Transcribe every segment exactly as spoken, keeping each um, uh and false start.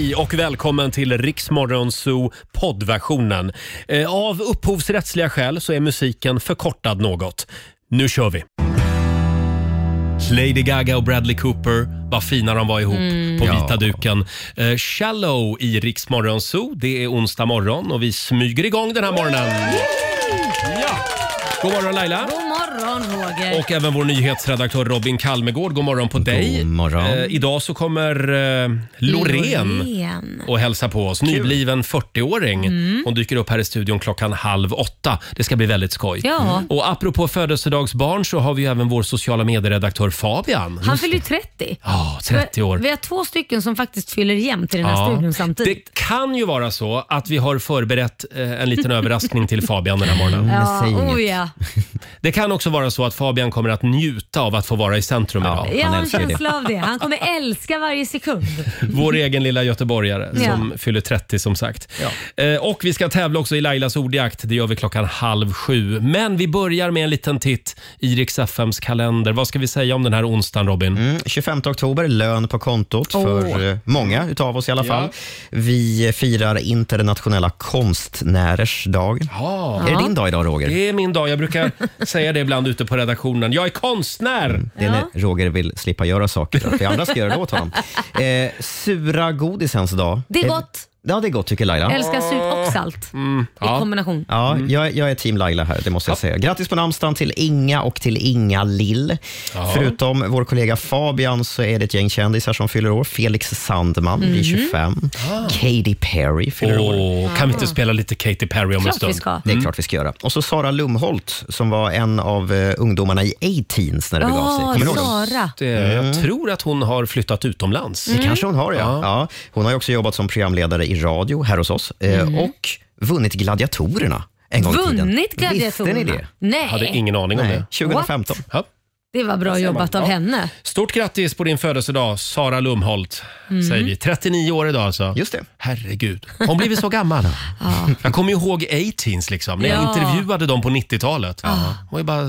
Hej och välkommen till Rix Morgon Zoo poddversionen. Eh, av upphovsrättsliga skäl så är musiken förkortad något. Nu kör vi! Lady Gaga och Bradley Cooper, vad fina de var ihop mm. på vita ja. duken. Eh, Shallow i Rix Morgon Zoo. Det är onsdag morgon och vi smyger igång den här morgonen. Ja. God morgon Laila. God morgon Roger. Och även vår nyhetsredaktör Robin Kalmegård. God morgon på dig. God morgon. Eh, idag så kommer eh, Loreen, Loreen och hälsa på oss. Nybliven fyrtio-åring. Mm. Hon dyker upp här i studion klockan halv åtta. Det ska bli väldigt skoj. Ja. Och apropå födelsedagsbarn så har vi även vår sociala medieredaktör Fabian. Han fyller ju trettio. Ja, trettio år. Vi har två stycken som faktiskt fyller jämnt i den här ja. studion samtidigt. Det kan ju vara så att vi har förberett eh, en liten överraskning till Fabian den här morgonen. Ja, oh ja. Det kan också vara så att Fabian kommer att njuta av att få vara i centrum ja, idag. Jag har en känsla av det. Han kommer älska varje sekund. Vår egen lilla göteborgare ja. som fyller trettio som sagt. Ja. Eh, och vi ska tävla också i Lailas ordjakt. Det gör vi klockan halv sju. Men vi börjar med en liten titt i Rix F M:s kalender. Vad ska vi säga om den här onsdagen, Robin? Mm, tjugofemte oktober, lön på kontot oh. för många utav oss i alla fall. Ja. Vi firar internationella konstnärers dag. Ja. Är det din dag idag, Roger? Det är min dag. Jag brukar säga det ibland ute på redaktionen. Jag är konstnär! Mm, det är när ja. Roger vill slippa göra saker. För andra ska göra det åt honom. Eh, sura godisens dag. Det är gott. Ja, det är gott tycker Laila. Jag älskar surt och salt mm, ja. i kombination. Ja, mm. jag, jag är team Laila här, det måste jag ja. säga. Grattis på namnsdagen till Inga och till Inga Lill. Ja. Förutom vår kollega Fabian så är det ett gäng kändisar som fyller år. Felix Sandman blir mm. tjugofem. Ah. Katy Perry fyller oh, år. Kan vi inte spela lite Katy Perry om klart en stund? Vi ska. Det är klart vi ska göra. Och så Sara Lumholt som var en av uh, ungdomarna i A-Teens när det begav sig. Kommer du ihåg? Sara. Det, jag mm. tror att hon har flyttat utomlands. Mm. Det kanske hon har, ja. Ja. ja. Hon har ju också jobbat som programledare i radio här hos oss. Mm. Och vunnit Gladiatorerna en gång i tiden. Vunnit Gladiatorerna? Visste ni det? Nej. Jag hade ingen aning om Nej. det. tjugohundrafemton. Ja. Det var bra jobbat man. av Ja. henne. Stort grattis på din födelsedag, Sara Lumholt. Mm. Säger vi. trettionio år idag alltså. Just det. Herregud. Hon blev så gammal. Ja. Jag kommer ihåg A-Teens liksom. När jag ja. intervjuade dem på nittiotalet. Ja. Hon var ju bara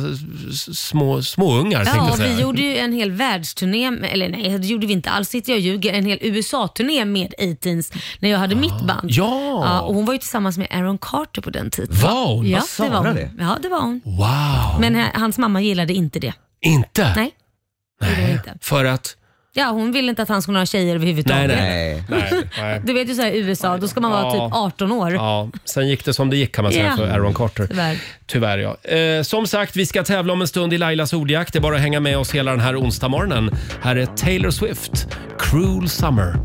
små, små ungar. Ja, och vi gjorde ju en hel världsturné. Eller nej, det gjorde vi inte alls. Jag ljuger. En hel U S A-turné med A-Teens när jag hade ja. mitt band. Ja. ja. Och hon var ju tillsammans med Aaron Carter på den tiden. Var hon? Ja, det var hon. Det? Ja, det var hon. Wow. Men hans mamma gillade inte det. Inte? Nej. Nej. Inte. För att... Ja, hon ville inte att han skulle ha tjejer överhuvudtaget. Nej, nej. nej, nej. Du vet ju så här i U S A, då ska man vara ja. typ arton år. Ja, sen gick det som det gick kan man säga yeah. för Aaron Carter. Tyvärr. Tyvärr ja. Eh, som sagt, vi ska tävla om en stund i Lailas ordjakt. Det är bara att hänga med oss hela den här onsdag morgonen. Här är Taylor Swift, Cruel Summer.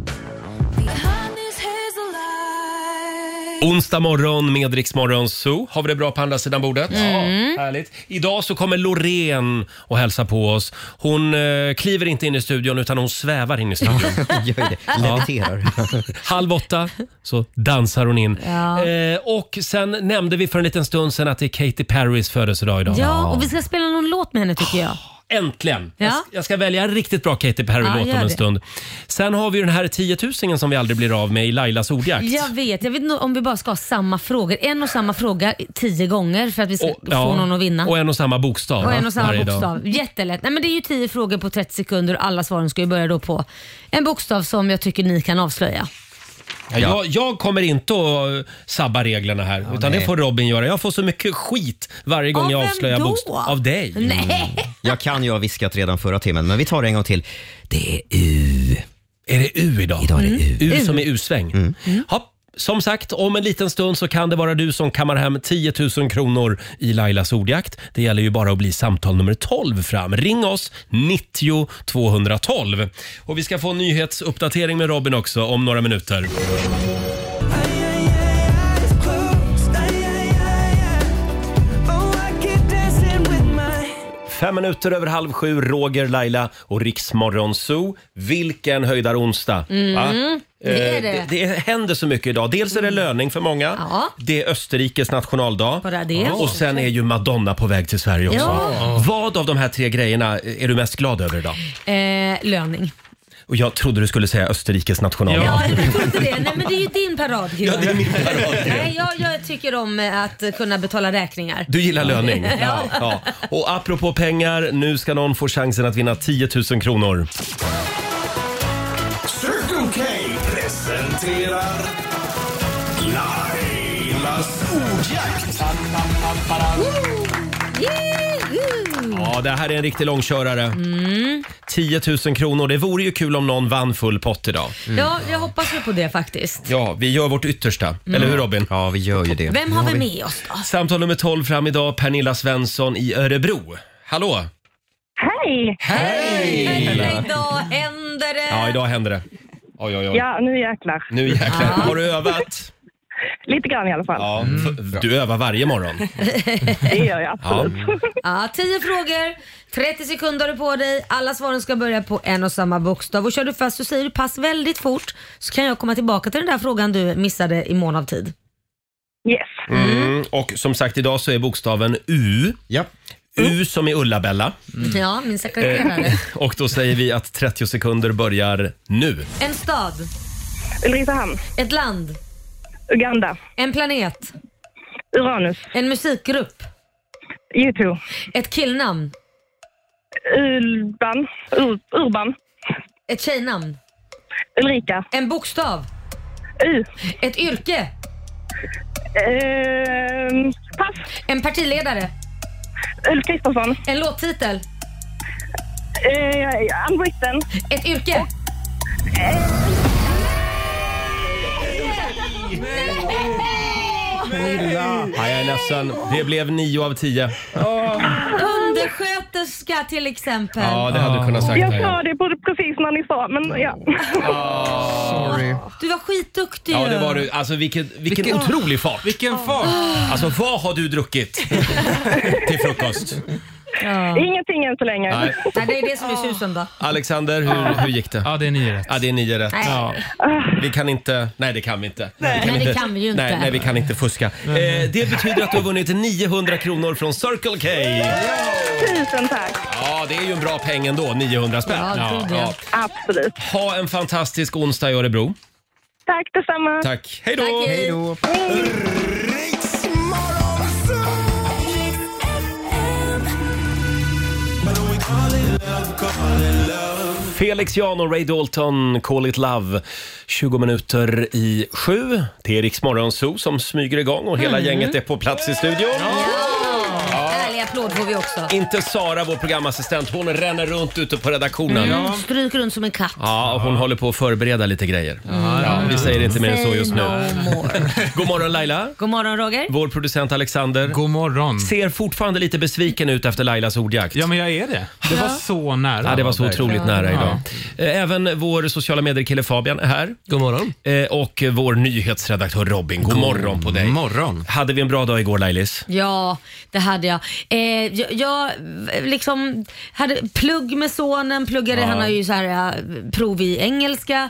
Onsdag morgon med Rix Morgon Zoo. Har vi det bra på andra sidan bordet? Mm. Ja, härligt. Idag så kommer Loreen och hälsa på oss. Hon eh, kliver inte in i studion utan hon svävar in i studion. Gör det. Leviterar. Halv åtta så dansar hon in. Ja. Eh, och sen nämnde vi för en liten stund sedan att det är Katy Perrys födelsedag idag. Ja, och vi ska spela någon låt med henne tycker jag. Äntligen! Ja. Jag, ska, jag ska välja en riktigt bra Katy Perry-låt ja, om en det. stund. Sen har vi den här tiotusingen som vi aldrig blir av med i Lailas ordjakt. Jag vet, jag vet inte om vi bara ska ha samma frågor. En och samma fråga tio gånger för att vi ska och, få ja, någon att vinna. Och en och samma bokstav. Och en och samma bokstav. Dag. Jättelätt. Nej, men det är ju tio frågor på trettio sekunder och alla svaren ska ju börja då på en bokstav som jag tycker ni kan avslöja. Ja, jag, jag kommer inte att sabba reglerna här, ja, utan nej. det får Robin göra. Jag får så mycket skit varje gång av jag avslöjar bokstav. Av dig. Nej. Mm. Jag kan ju ha viskat redan förra timmen, men vi tar det en gång till. Det är U. Är det U idag? Idag är det U. U, U som är U-sväng. Mm. Mm. Hopp. Som sagt, om en liten stund så kan det vara du som kammar hem tio tusen kronor i Lailas ordjakt. Det gäller ju bara att bli samtal nummer tolv fram. Ring oss, nittio tvåhundratolv. Och vi ska få en nyhetsuppdatering med Robin också om några minuter. Fem minuter över halv sju, Roger, Laila och Rix Morgon Zoo. Vilken höjdar onsdag. Mm, va? det är det. Det, det händer så mycket idag. Dels är det löning för många. Ja. Det är Österrikes nationaldag. Bara det. Och sen är ju Madonna på väg till Sverige också. Ja. Vad av de här tre grejerna är du mest glad över idag? Eh, löning. Och jag trodde du skulle säga Österrikes nationaldag. Ja, jag trodde det. Nej, men det är ju din paradgren. Ja, det är min paradgren. Nej, jag, jag tycker om att kunna betala räkningar. Du gillar löning. Ja. Ja. Och apropå pengar, nu ska någon få chansen att vinna tio tusen kronor. Circle K presenterar presenterar Lailas ordjakt. Ja, det här är en riktig långkörare. Mm. tio tusen kronor. Det vore ju kul om någon vann full pott idag. Mm. Ja, jag hoppas på det faktiskt. Ja, vi gör vårt yttersta. Mm. Eller hur Robin? Ja, vi gör ju det. Vem har vi med oss då? Samtal nummer tolv fram idag. Pernilla Svensson i Örebro. Hallå! Hej! Hej! Hej, idag händer det. Ja, idag händer det. Oj, oj, oj. Ja, nu jäklar. Nu jäklar. Har du övat? Lite grann i alla fall. Ja, f- du övar varje morgon. Det gör jag absolut. Ja. Ja, tio frågor, trettio sekunder på dig. Alla svaren ska börja på en och samma bokstav. Och kör du fast så säger du pass väldigt fort, så kan jag komma tillbaka till den där frågan du missade i mån av tid. Yes. Mm. Och som sagt, idag så är bokstaven U. Ja. U som i Ulla-Bella. Mm. Ja, min sekreterare. Och då säger vi att trettio sekunder börjar nu. En stad. Ulricehamn. Ett land. Uganda. En planet. Uranus. En musikgrupp. U två. Ett killnamn. Urban. Ur, urban. Ett tjejnamn. Ulrika. En bokstav. U. Ett yrke. Eh, pass. En partiledare. Ulf Kristersson. En låttitel. Eh, Unwritten. Ett yrke. Ja, jag är ledsen. Det blev nio av tio. Undersköterska till exempel. Ja, det hade du kunnat sagt. Jag här, ja. sa det både precis när ni sa, men ja. Sorry. Du var skitduktig. Ja, ju. det var du. Alltså vilken, vilken, Vilken- otrolig fart. Vilken fart! Alltså vad har du druckit till frukost? Ingenting än så länge. Nej. Nej, det är det som är tjusen då. Alexander, hur, hur gick det? Ja, det är nio rätt. Ja, det är nio rätt. Nej. Ja. Vi kan inte... Nej, det kan vi inte. Vi Nej, det inte, kan vi ju inte. Nej, nej, vi kan inte fuska. Eh, det betyder att du har vunnit niohundra kronor från Circle K. Tusen tack. Ja, det är ju en bra peng ändå, niohundra spänn. Ja, det är det. Absolut. Ha en fantastisk onsdag i Örebro. Tack detsamma. Tack. Hej då! Tack, hej. Hej då. Riks Morgonzoo. But we call it love, call it love. Felix Jan och Ray Dalton, Call It Love. tjugo minuter i sju. Det är Riks Morgonzoo som smyger igång och hela gänget är på plats i studion. Härlig applåd får vi också. Inte Sara, vår programassistent. Hon ränner runt ute på redaktionen. Mm, stryk runt som en katt. Ja, och hon håller på att förbereda lite grejer. Ja, vi säger inte mer än så just nu. No more. God morgon Laila. God morgon Roger. Vår producent Alexander God morgon. ser fortfarande lite besviken ut efter Lailas ordjakt. Ja, men jag är det. Det var så nära. Ja, det var så verkligen. otroligt nära idag. Eh, Även vår sociala medier-kille Fabian är här. God morgon. Eh, Och vår nyhetsredaktör Robin. God morgon på dig. morgon. Hade vi en bra dag igår Lailis? Ja, det hade jag. Eh, jag. Jag liksom hade plugg med sonen, pluggade, han har ju så här eh, prov i engelska.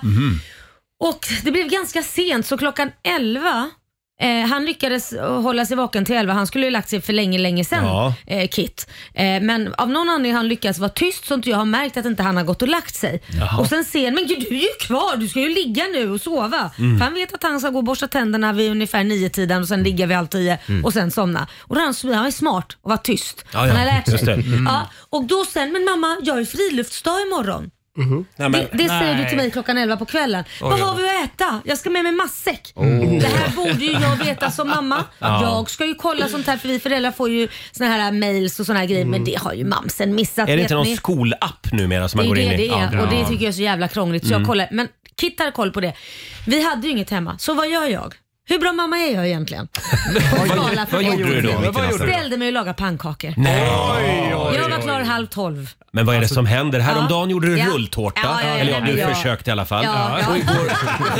Och det blev ganska sent, så klockan elva Eh, han lyckades hålla sig vaken till elva. Han skulle ju lagt sig för länge, länge sedan, Ja. eh, Kit. Eh, men av någon anledning har han lyckats vara tyst, så att jag har märkt att inte han har gått och lagt sig. Jaha. Och sen ser han, men gud, du är ju kvar, du ska ju ligga nu och sova. För han vet att han ska gå och borsta tänderna vid ungefär nio tiden och sen ligga vid halv tio och sen somna. Och då är han, han är smart och var tyst. Ja, ja. Han har lärt Just sig. det. Ja, och då sen, men mamma, jag är friluftsdag imorgon. Nej, men, Det, det säger nej. du till mig klockan elva på kvällen. Vad har vi att äta? Jag ska med mig matsäck. Oh. Det här borde ju jag veta som mamma. Jag ska ju kolla sånt här, för vi föräldrar får ju såna här mails och såna här grejer, men det har ju mamsen missat. är det vet inte någon ni? skolapp numera som Det man är går ju in det i? det är, Ja. och det tycker jag är så jävla krångligt. Så jag kollar. Men Kit har koll på det. Vi hade ju inget hemma, så vad gör jag? Hur bra mamma är jag egentligen? Vad, vad gjorde du då? Vad gjorde du? Ställde mig och lagade pannkakor. Nej. Jag var klar halv tolv. Men vad är det som händer? Häromdagen Ja. gjorde du Ja. rulltårta. Ja, ja, ja, Eller ja, du ja. försökte i alla fall. Ja, ja. Och, igår,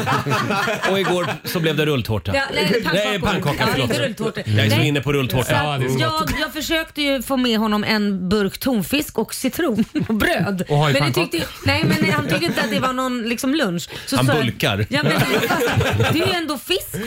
och igår så blev det rulltårta. Ja, nej, pannkakor. Nej, pannkaka, Ja, förlåt. inte rulltårtor. Jag är så Nej. inne på rulltårta. Så Ja, det är så jag, jag försökte ju få med honom en burk tonfisk och citron och bröd. Och men det hajpannkaka. tyckte, nej, men han tyckte inte att det var någon liksom lunch. Så Han sa jag- bulkar. Ja, men, det är ju ändå fisk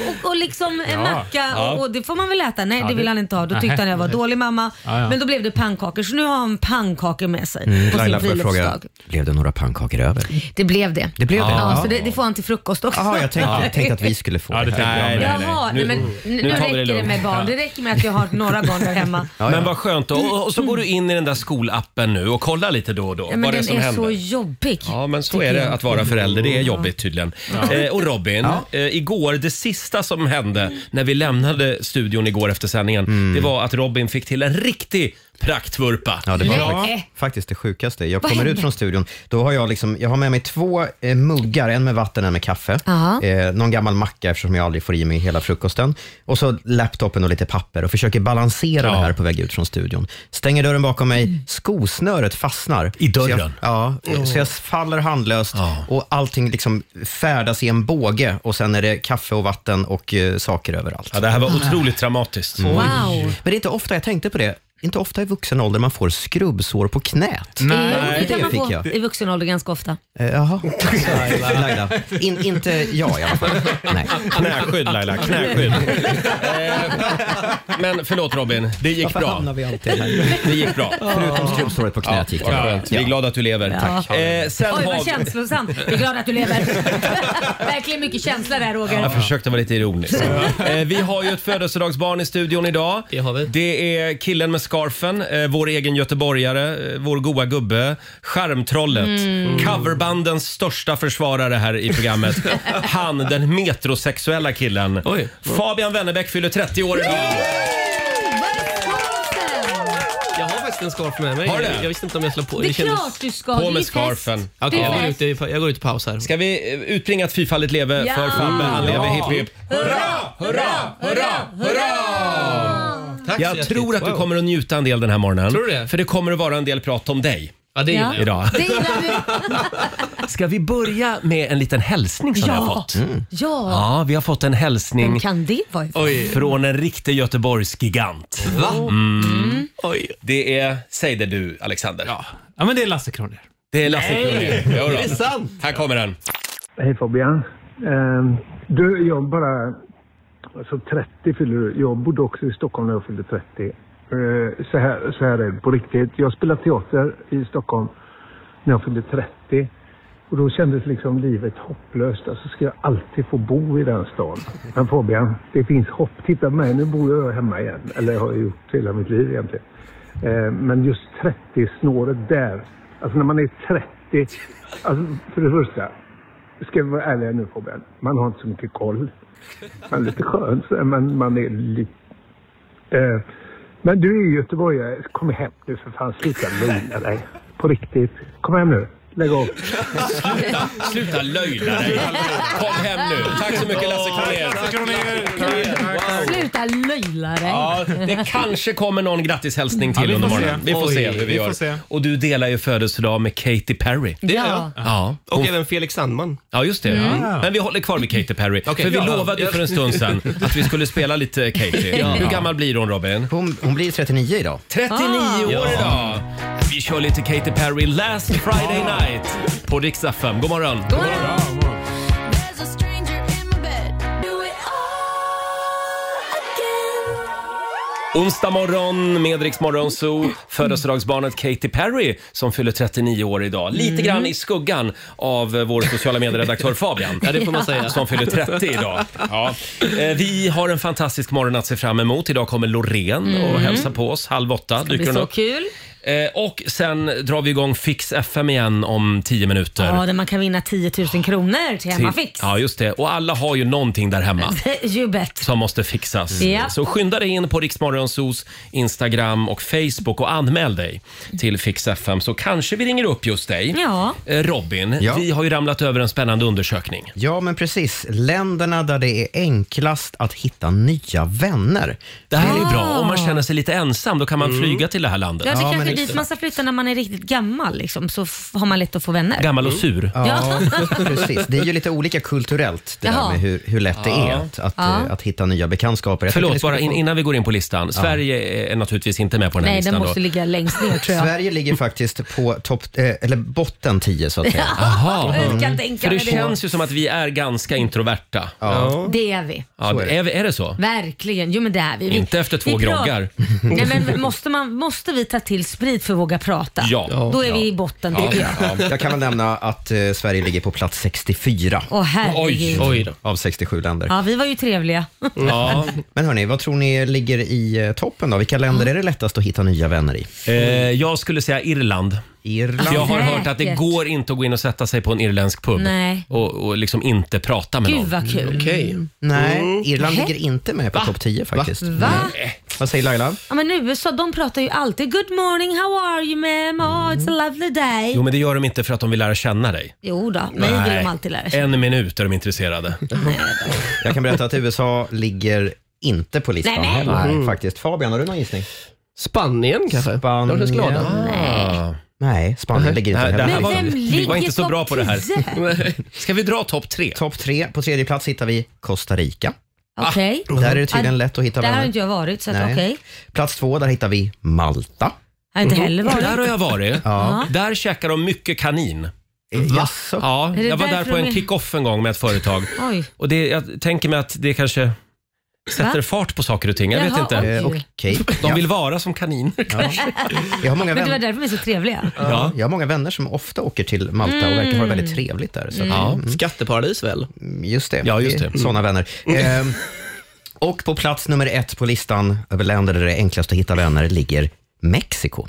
och, och liksom en Ja. macka Ja. och, och det får man väl äta. Nej, Ja, det vill det- han inte ha. Då Nej. tyckte han jag var dålig mamma. Ja, ja. Men då blev det pannkakor. Så nu har han pannkakor med sig Mm, på Laila sin får jag fråga, friluftsdag. blev det några pannkakor över? Det blev det. Det blev det? Ja, så det, det får han till frukost också. Jaha, jag tänkte, jag tänkte att vi skulle få Ja, det det tänkte här. jag med. nej, Jaha, Nu- nej, men nu, nu tar vi det räcker det lugnt. med barn. Det räcker med att jag har några barn där hemma. Ja, Men ja. vad skönt då. Och, och så går du in i den där skolappen nu och kollar lite då och då. Ja, men vad det är den som är händer. så jobbig. Ja, men så tycker är det jag. att vara förälder. Det är jobbigt tydligen. Eh, och Robin, eh, igår, det sista som hände när vi lämnade studion igår efter sändningen, det var att Robin fick till en riktig praktvurpa. Ja, det var Nej. faktiskt, faktiskt det sjukaste. Jag Vad kommer hände? ut från studion, då har jag, liksom, jag har med mig två eh, muggar, en med vatten, en med kaffe. Aha. Eh, någon gammal macka eftersom jag aldrig får i mig hela frukosten. Och så laptopen och lite papper och försöker balansera Ja. det här på väg ut från studion. Stänger dörren bakom mig, skosnöret fastnar. I dörren? Så jag, ja, så jag faller handlöst Ja. och allting liksom färdas i en båge och sen är det kaffe och vatten och eh, saker överallt. Ja, det här var otroligt dramatiskt. Wow. Men det är inte ofta, jag tänkte på det, inte ofta i vuxen ålder man får skrubbsår på knät. Jo, Nej. det kan det man fick få jag. i vuxen ålder ganska ofta. Eh, Jaha, Laila. In, inte jag i alla fall. Nej. Knäskydd Laila, knäskydd. Eh, Men förlåt Robin, det gick Varför bra. hamnar vi alltid här? Det gick bra. Förutom skrubbsåret på knät gick det Vad bra. skönt. Vi är glada att du lever. Tack. Eh, sen Oj, vad har vi... känslosamt. Jag är glad att du lever. Verkligen mycket känsla där, Roger. Jag försökte vara lite ironisk. Eh, vi har ju ett födelsedagsbarn i studion idag. Det har vi. Det är killen med scarfen, eh, vår egen göteborgare, eh, vår goa gubbe, charmtrollet, coverbandens största försvarare här i programmet. Han, den metrosexuella killen. Oj. Fabian Wennerbäck fyller trettio år idag. Jag har faktiskt en scarf med mig. Har du det? Jag visste inte om jag skulle på. Det är kändes- klart du ska. På Det är med ju scarfen. fest. Okej, Det är jag, går fest. ut i, jag går ut i paus här. Ska vi eh, utbringa ett fyrfaldigt leve Ja. för Fabbe? Han lever, Ja. hipp hipp. Hurra, hurra, hurra, hurra! Tack så Jag hjärtligt. tror att du Wow. kommer att njuta en del den här morgonen. Tror du det? För det kommer att vara en del prat om dig Ja, det gillar Ja. jag. idag. Det gillar du. Ska vi börja med en liten hälsning som vi har Ja. fått? Ja. Ja, vi har fått en hälsning Vem kan det vara ifrån? Oj. från en riktig Göteborgsgigant. Va? Mm. Oj. Det är, säg det du Alexander. Ja. ja, men det är Lasse Kronér. Det är Lasse Kronér. Jo då. Är det sant? Här kommer den. Hej Fabian. Ehm, du, jag bara... Alltså trettio fyller du. Jag bodde också i Stockholm när jag fyllde trettio. Eh, så, här, så här är det på riktigt. Jag spelade teater i Stockholm när jag fyllde trettio. Och då kändes liksom livet hopplöst. Alltså ska jag alltid få bo i den stan. Men Fabian, det finns hopp. Titta på mig, nu bor jag hemma igen. Eller jag har gjort hela mitt liv egentligen. Eh, men just trettio-snåret där. Alltså när man är trettio. Alltså för det första. Ska vi vara ärliga nu Fabian. Man har inte så mycket koll. Man är lite skön, så- men man är lite... Eh, men du är ju göteborgare. Kom hem nu för fan. Sluta löjla dig. På riktigt. Kom hem nu. Lägg av. Sluta, sluta löjla dig. Kom hem nu. Tack så mycket Lasse Kronér. Sluta löjla dig. Ja, det kanske kommer någon grattishälsning till Ja, vi under får morgonen. se. Vi får Oj, se hur vi, vi gör. får se. Och du delar ju födelsedag med Katy Perry. Det gör Ja. jag. Ja, Och hon, även Felix Sandman. ja just det. Men vi håller kvar vid Katy Perry. Okej. För vi Ja. lovade ju för en stund sedan att vi skulle spela lite Katy. Hur gammal blir hon Robin? Hon, hon blir trettionio idag. trettionio år idag. Vi kör lite Katy Perry Last Friday Night på Rix F M. God morgon. God morgon. There's a stranger in my bed. Do it all again. Onsdag morgon med Rix Morgon Zoo. Födelsedagsbarnet Katy Perry som fyller trettionio år idag. Lite grann i skuggan av vår sociala medieredaktör Fabian. Ja, det får man säga. Som fyller trettio idag. Ja. Eh, Vi har en fantastisk morgon att se fram emot. Idag kommer Loreen och hälsa på oss. Halv åtta Det dyker blir hon så upp. kul. Eh, Och sen drar vi igång Fix F M igen om tio minuter. Ja, där man kan vinna tio tusen kronor till Hemmafix. Ja, just det. Och alla har ju någonting där hemma You bet. som måste fixas. Ja. Så skynda dig in på Riksmorgonsos Instagram och Facebook och anmäl dig till Fix F M så kanske vi ringer upp just dig. Ja. Eh, Robin, Ja. vi har ju ramlat över en spännande undersökning. Ja, men precis. Länderna där det är enklast att hitta nya vänner. Det här är Ah. bra. Om man känner sig lite ensam då kan man flyga till det här landet. Ja, det Ja, kanske men det dit man ska flytta när man är riktigt gammal liksom, så f- har man lätt att få vänner. Gammal och sur. Ja, precis. Det är ju lite olika kulturellt det Jaha. där med hur, hur lätt det är att, att, Ja. att hitta nya bekantskaper. Jag tycker ni Förlåt, skulle bara in, få- innan vi går in på listan. Sverige är naturligtvis inte med på den här Nej, listan den måste då. ligga längst ner tror jag. Sverige ligger faktiskt på topp, eh, eller botten tio så att säga. Jaha. Jag kan tänka För det mig det. känns ju som att vi är ganska introverta. Ja. Det är vi. Ja, Så är det. är, är det så? Verkligen. Jo men det är vi. vi Inte efter två vi pra- groggar. Nej, men måste, man, måste vi ta till sprit för att våga prata? Ja. Då är vi i botten tycker jag. Jag kan väl nämna att eh, Sverige ligger på plats sextiofyra Åh herregud. Oj. Oj då. av sextiosju länder. Ja, vi var ju trevliga. Ja. Men hörni, vad tror ni ligger i eh, toppen då? Vilka länder är det lättast att hitta nya vänner i? Eh, jag skulle säga Irland. Irland? För jag har Säkert. hört att det går inte att gå in och sätta sig på en irländsk pub Nej. och, och liksom inte prata med Gud någon. vad kul. Okej. Nej, Irland Nähä. ligger inte med på topp tio faktiskt. Va? Vad säger Laila? Ja, men U S A de pratar ju alltid good morning, how are you ma'am? Oh, it's a lovely day. Jo, men det gör de inte för att de vill lära känna dig. Jo då, mig vill de alltid lära sig. En minut är de intresserade. Jag kan berätta att U S A ligger inte på listan Nej, nej. heller faktiskt. Fabian, har du någon gissning? Spanien kanske? Spanien. De känns glada. Ah. Nej, Spanien ligger inte Nej, det heller. här Men var, vem vi var ligger inte så topp bra på det här. tio? Ska vi dra topp tre? Topp tre. På tredje plats hittar vi Costa Rica. Okej. Där är det tydligen lätt att hitta Där har vänner. inte jag varit så att Nej. okej. Plats två, där hittar vi Malta. Jag har inte heller Där varit. har jag varit. Ja. Där käkar de mycket kanin. Eh, Jaså? Ja, Är det jag var där därför på de en är- kick-off en gång med ett företag. Oj. Och det, jag tänker mig att det kanske sätter Va? fart på saker och ting. Jag vet Jaha, inte. oj. Eh, Okej. De vill vara som kaniner kanske. Jag har många Men det var vänner. därför de är så trevliga. Ja, jag har många vänner som ofta åker till Malta och verkar ha det väldigt trevligt där. Så att, Ja. Skatteparadis väl? Just det. Ja, just det. Sådana vänner. Ehm, och på plats nummer ett på listan över länder där det är enklast att hitta vänner ligger Mexiko.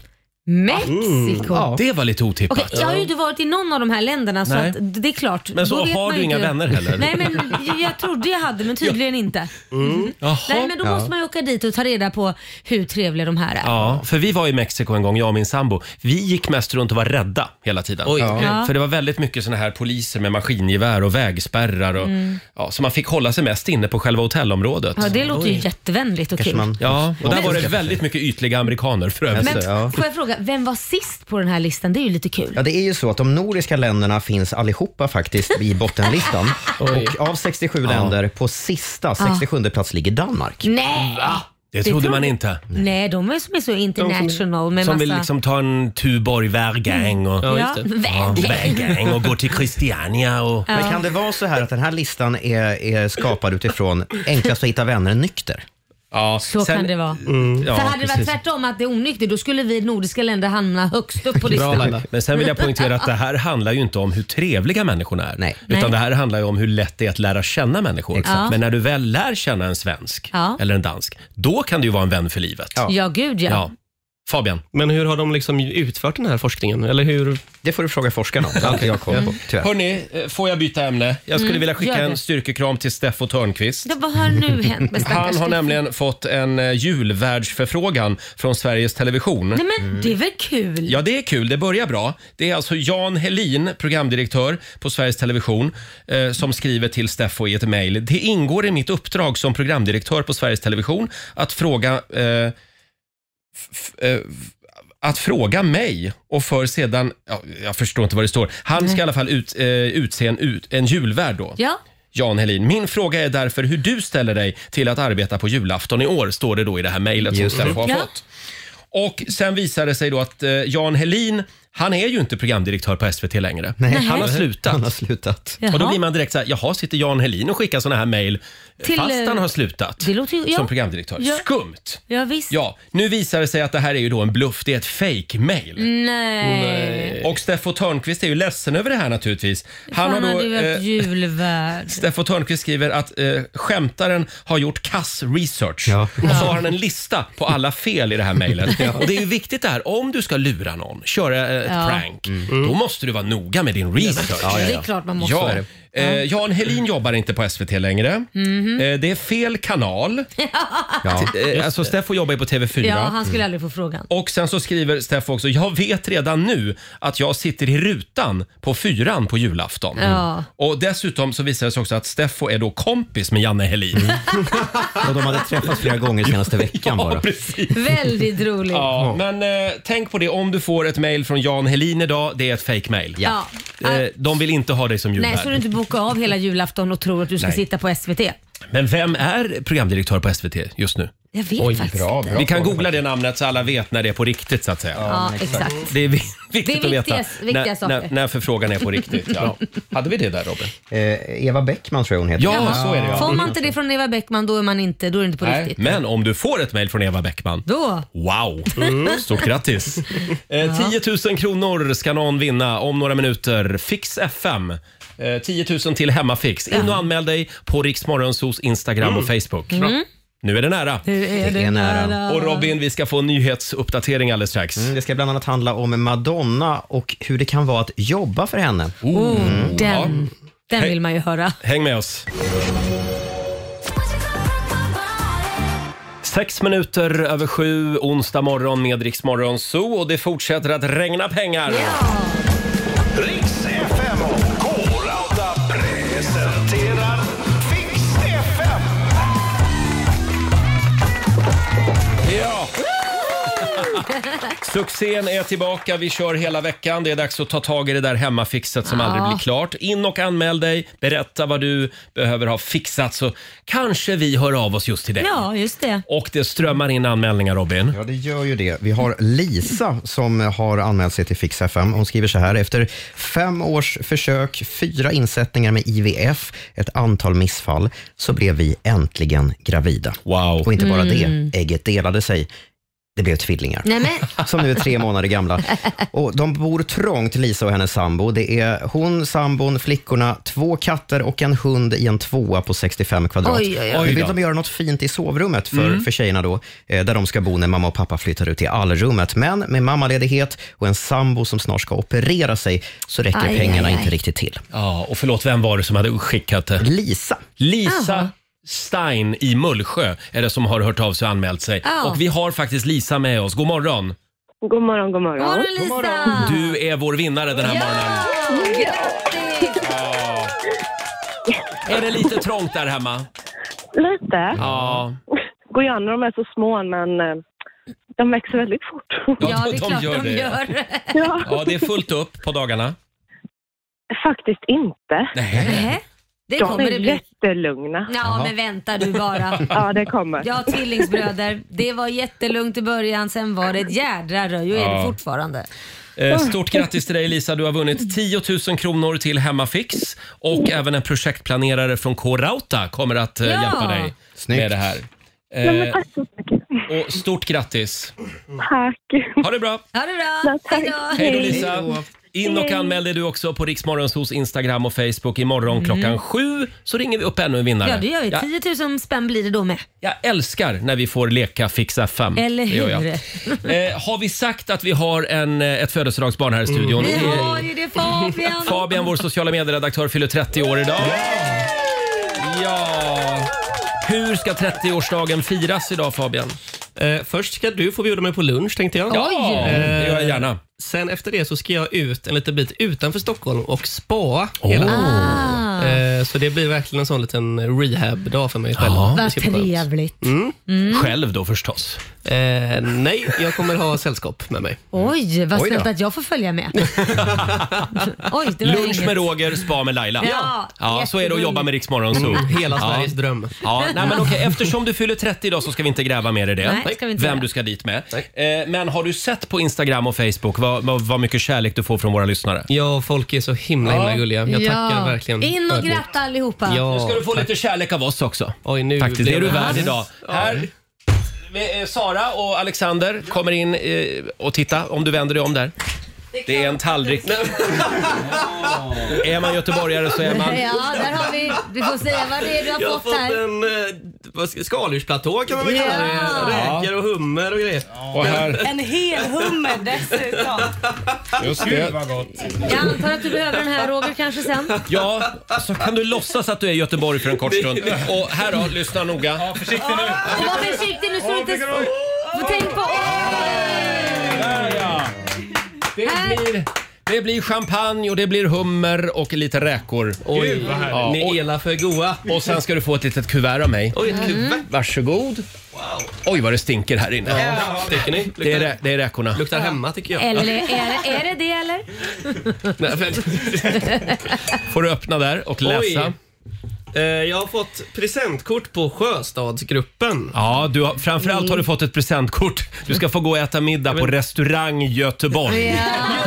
Mexiko. Ja. Det var lite otippat. Okej, jag har ju inte varit i någon av de här länderna så Nej. att det är klart. Men så Då vet har man du ju inga inte- vänner heller? Nej men jag trodde jag hade men tydligen inte. Jaha. Nej men då måste man ju åka dit och ta reda på hur trevliga de här är. Ja, för vi var i Mexiko en gång, jag och min sambo. Vi gick mest runt och var rädda hela tiden. Oj. Ja. För det var väldigt mycket såna här poliser med maskingevär och vägspärrar. Och, ja, så man fick hålla sig mest inne på själva hotellområdet. Ja, det låter ju jättevänligt och Kanske kul. man... Ja, och där Men- var det väldigt mycket ytliga amerikaner för övrigt. Men Alltså, ja. får jag fråga, vem var sist på den här listan? Det är ju lite kul. Ja, det är ju så att de nordiska länderna finns allihopa faktiskt i bottenlistan. Och av sextiosju länder på sista, sextiosjunde plats ligger Danmark. Nej! Det trodde tror man jag. inte. Nej, de är som är så international med Som massa... vill liksom ta en Tuborg Värgäng och, Ja, Ja, just det. ja, väg. Värgäng och gå till Christiania. Och, Men kan det vara så här att den här listan är, är skapad utifrån enklast att hitta vänner nykter? ja, Så sen- kan det vara. Ja, För hade det varit precis. tvärtom att det är onyktert, då skulle vi nordiska länder hamna högst upp på Bra listan. Laila. Men sen vill jag poängtera att det här handlar ju inte om hur trevliga människorna är. Nej. Utan Nej. det här handlar ju om hur lätt det är att lära känna människor. Exakt. Men när du väl lär känna en svensk Ja. eller en dansk, då kan det ju vara en vän för livet. Ja. Ja, gud ja. Ja. Fabian? Men hur har de liksom utfört den här forskningen? Eller hur? Det får du fråga forskarna om. Det har inte jag koll på, tyvärr. Hörni, eh, får jag byta ämne? Jag skulle vilja skicka gör det. en styrkekram till Steffo Törnqvist. Ja, vad har nu hänt med stackars Han har Steffo? nämligen fått en eh, julvärdsförfrågan från Sveriges Television. Nej men det är väl kul? Ja, det är kul. Det börjar bra. Det är alltså Jan Helin, programdirektör på Sveriges Television, eh, som skriver till Steffo i ett mejl. Det ingår i mitt uppdrag som programdirektör på Sveriges Television att fråga eh, f- eh, att fråga mig och för sedan, ja, jag förstår inte vad det står. Han ska i alla fall ut, eh, utse en, ut, en julvärd då. Ja. Jan Helin. Min fråga är därför hur du ställer dig till att arbeta på julafton i år, står det då i det här mejlet som Just det. Steffo har Ja. fått. Och sen visar det sig då att eh, Jan Helin, han är ju inte programdirektör på S V T längre. Han har slutat. Han har slutat. Jaha. Och då blir man direkt så här, jaha, sitter Jan Helin och skickar såna här mejl Till, fast eh, han har slutat det låter ju- ja. som programdirektör. Ja. Skumt! Ja visst. Ja, nu visar det sig att det här är ju då en bluff. Det är ett fake-mail. Nej. Och Steffo Törnqvist är ju ledsen över det här naturligtvis. Han, Han har hade då, ju varit eh, julvärd. Steffo Törnqvist skriver att eh, skämtaren har gjort kass research. Ja. Och så har han en lista på alla fel i det här mejlet. Och det är ju viktigt det här, om du ska lura någon, köra eh, ett Ja. prank, då måste du vara noga med din research. Ja, det är klart man måste. Ja, Eh, Jan Helin jobbar inte på S V T längre. Mm-hmm. Eh, det är fel kanal. ja. eh, alltså Steffo jobbar ju på T V fyra. Ja, han skulle aldrig få frågan. Och sen så skriver Steffo också, jag vet redan nu att jag sitter i rutan på fyran på julafton. Ja. Och dessutom så visar det sig också att Steffo är då kompis med Janne Helin. Och de hade träffats flera gånger senaste veckan bara. Ja, precis. Väldigt roligt. Ja, men eh, tänk på det, om du får ett mejl från Jan Helin idag, det är ett fake-mail. Ja. Eh, de vill inte ha dig som julvärd. Nej, så du inte bokar av hela julafton och tror att du ska Nej. sitta på S V T. Men vem är programdirektör på S V T just nu? Jag vet Oj, faktiskt bra, inte. bra. Vi kan googla det namnet så alla vet när det är på riktigt så att säga. Ja, exakt. Det är vi- viktigt Det är att veta viktiga- viktiga när, saker. när, när förfrågan är på riktigt. Ja. Hade vi det där, Robin? Eh, Eva Bäckman tror jag hon heter. Ja, så är det, ja. Får man inte det från Eva Bäckman, då är man inte, då är det inte på Nej, riktigt. men om du får ett mejl från Eva Bäckman, Då. wow, stort grattis. Eh, tio tusen kronor ska någon vinna om några minuter. Fix F M. Eh, tio tusen till Hemmafix. In och anmäl dig på Rix Morgonzos Instagram och Facebook. Mm. Nu är det nära. Nu är det, är nära. nära. Och Robin, vi ska få en nyhetsuppdatering alldeles strax. Mm, det ska bland annat handla om Madonna och hur det kan vara att jobba för henne. Oh, den, Ja. den Hej. vill man ju höra. Häng med oss. Sex minuter över sju, onsdag morgon med Rix Morgon Zoo, och det fortsätter att regna pengar. Rix F M och K-Rauta presenterar Fix F M. Ja. Succén är tillbaka, vi kör hela veckan. Det är dags att ta tag i det där hemmafixet som Ja. aldrig blir klart. In och anmäl dig, berätta vad du behöver ha fixat, så kanske vi hör av oss just till dig. Ja, just det. Och det strömmar in anmälningar, Robin. Ja, det gör ju det. Vi har Lisa som har anmält sig till Fix F M. Hon skriver så här: efter fem års försök, fyra insättningar med I V F, ett antal missfall, så blev vi äntligen gravida. Wow. Och inte bara Mm. det, ägget delade sig. Det blev tvillingar. Nej, men. Som nu är tre månader gamla. Och de bor trångt, Lisa och hennes sambo. Det är hon, sambon, flickorna, två katter och en hund i en tvåa på sextiofem kvadrat. Oj, oj, oj. Nu vill de göra något fint i sovrummet för, Mm. för tjejerna då, eh, där de ska bo när mamma och pappa flyttar ut till allrummet. Men med mammaledighet och en sambo som snart ska operera sig så räcker Aj, pengarna aj, aj. inte riktigt till. Ja, och förlåt, vem var det som hade skickat det? Lisa. Lisa Aha. Stein i Mullsjö är det som har hört av sig och anmält sig. Ja. Och vi har faktiskt Lisa med oss. God morgon. God morgon, god morgon. God morgon, Lisa! Du är vår vinnare den här morgonen. Grattis! Är det lite trångt där hemma? Lite. Ja. Går ju an när de är så små, men eh, de växer väldigt fort. Ja, det är de klart gör de det. gör. Ja, Ja, det är fullt upp på dagarna. faktiskt inte. Nej. Nej, det De kommer är det bli. jättelugna. Ja, men vänta du bara. Ja, det kommer. Jag har tvillingsbröder. Det var jättelugnt i början, sen var det ett jädra röj och är Ja. det fortfarande. Eh, Stort grattis till dig Lisa, du har vunnit tio tusen kronor till Hemmafix. Och även en projektplanerare från K-Rauta kommer att eh, Ja. hjälpa dig Snyggt. med det här. Ja, men Eh, tack så mycket. och stort grattis. Tack. Ha det bra. Ha det bra. Ja, tack. Hej då. Hej då Hej. Lisa. In och anmäl dig du också på Riksmorgonsos Instagram och Facebook. Imorgon klockan sju så ringer vi upp ännu en vinnare. Mm. Ja, det gör vi. Jag, tio tusen spänn blir det då med. jag älskar när vi får leka Fix F M. Eller Det gör jag. hur? Eh, har vi sagt att vi har en, eh, ett födelsedagsbarn här i studion? Vi Eh, har ju det Fabian. Fabian, vår sociala medieredaktör, fyller trettio år idag. Ja. Hur ska trettioårsdagen firas idag, Fabian? Eh, först ska du få bjuda mig på lunch, tänkte jag. Ja, det gör jag gärna. Sen efter det så ska jag ut en liten bit utanför Stockholm och spa hela dagen. Ah, Eh, så det blir verkligen en sån liten rehab-dag för mig själv. Ja. Det vad ska bli skönt. trevligt. Själv då förstås. Eh, nej, jag kommer ha sällskap med mig. Oj, vad Oj då. snällt att jag får följa med. Oj, det var Lunch inget. med Roger, spa med Laila. Ja, ja så är det att jobba med Rix Morgon Zoo. Hela Ja. Sveriges dröm. Ja, nej, men okej, eftersom du fyller trettio idag så ska vi inte gräva mer i det. Nej, ska vi inte Vem göra. du ska dit med. Eh, men har du sett på Instagram och Facebook vad, vad, vad mycket kärlek du får från våra lyssnare? Ja, folk är så himla, himla gulliga. Jag tackar verkligen. In och ödmjukt. gratta allihopa. Ja, Nu ska du få tack. lite kärlek av oss också. Oj, nu Faktiskt, det blev är du det- värd idag. Här, vi- eh, Sara och Alexander kommer in eh, och titta om du vänder dig om där. Det är en tallrik. Är man göteborgare så är man... Ja, där har vi. Du får säga vad det är du har Jag har fått fått här. en eh, vad ska- skaldjursplatå kan man väl kalla det. Räkor och hummer och grejer. Och här, En hel hummer dessutom. just det. Vad gott. Jag antar att du behöver den här, Roger, kanske sen. Ja, så kan du låtsas att du är i Göteborg för en kort stund. Och här då, lyssna noga. Ja, försiktig nu. Och var försiktig nu så du inte... Får tänk på... Där ja. Det blir, det blir champagne och det blir hummer och lite räkor. Oj, Gud, vad härligt. Ja, ni och, är ela för goa. och sen ska du få ett litet kuvert av mig. Oj, ett kuvert. Varsågod. Oj, vad det stinker här inne. Ja. Tycker ni? Luktar, Det är, rä- det är räkorna. luktar hemma tycker jag. Eller är det, är det det eller? Nej, men- Får du öppna där och läsa. Oj. Eh, Jag har fått presentkort på Sjöstadsgruppen. Ja, du har, framförallt har du fått ett presentkort. Du ska få gå och äta middag på restaurang Göteborg.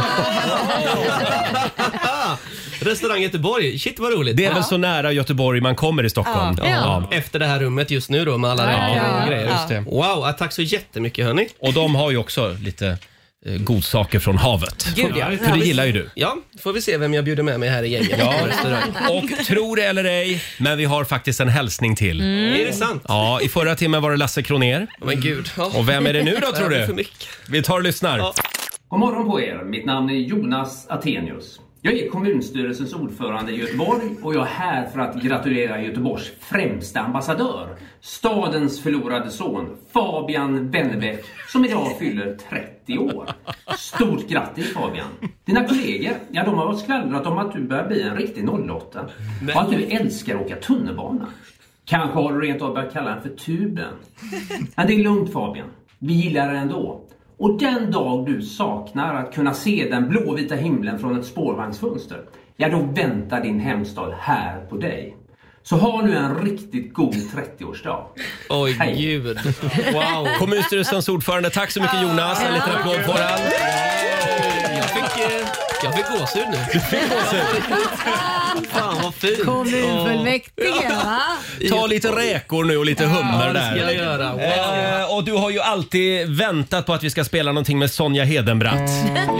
Restaurang Göteborg. Shit vad roligt. Det är väl så nära Göteborg man kommer i Stockholm. Ja. Ja. Efter det här rummet just nu då med alla räkor ja, och grejer. ja. Just det. Wow, ja, tack så jättemycket hörni. Och de har ju också lite eh, godsaker från havet. Gud, ja. För det gillar ju du. Ja, får vi se vem jag bjuder med mig här i gänget. Ja. På restaurang. Och tro det eller ej, men vi har faktiskt en hälsning till. Är det sant? Ja, i förra timmen var det Lasse Kronér. Men gud. Ja. Och vem är det nu då, tror Ja, det är för du? mycket. Vi tar och lyssnar. Ja. God morgon på er. Mitt namn är Jonas Atenius. Jag är kommunstyrelsens ordförande i Göteborg och jag är här för att gratulera Göteborgs främsta ambassadör, stadens förlorade son, Fabian Wennerbäck, som idag fyller trettio år. Stort grattis Fabian! Dina kollegor, ja de har skvallrat om att du börjar bli en riktig noll åtta och att du älskar att åka tunnelbana. Kanske har du rent av börjat kalla den för tuben. Men det är lugnt Fabian, vi gillar det ändå. Och den dag du saknar att kunna se den blåvita himlen från ett spårvagnsfönster, ja då väntar din hemstad här på dig. Så har nu en riktigt god trettioårsdag. Oj, Hej. gud. Wow. Kommunstyrelsens ordförande, tack så mycket Jonas. En liten applåd på den. Jag fick, eh, jag fick gåshud nu. Du fick gåshud. Fan vad fint. Kommunfullmäktige, va? Ta lite räkor nu och lite hummer Ja, det ska jag där. göra. Wow. Eh, och du har ju alltid väntat på att vi ska spela någonting med Sonja Hedenbratt.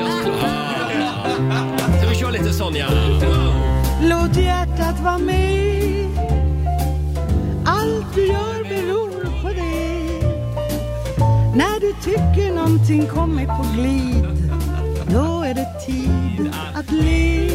Så vi kör lite Sonja. Låt hjärtat vara med. Allt du gör beror på det. När du tycker någonting kommer på glid, då är det tid att le.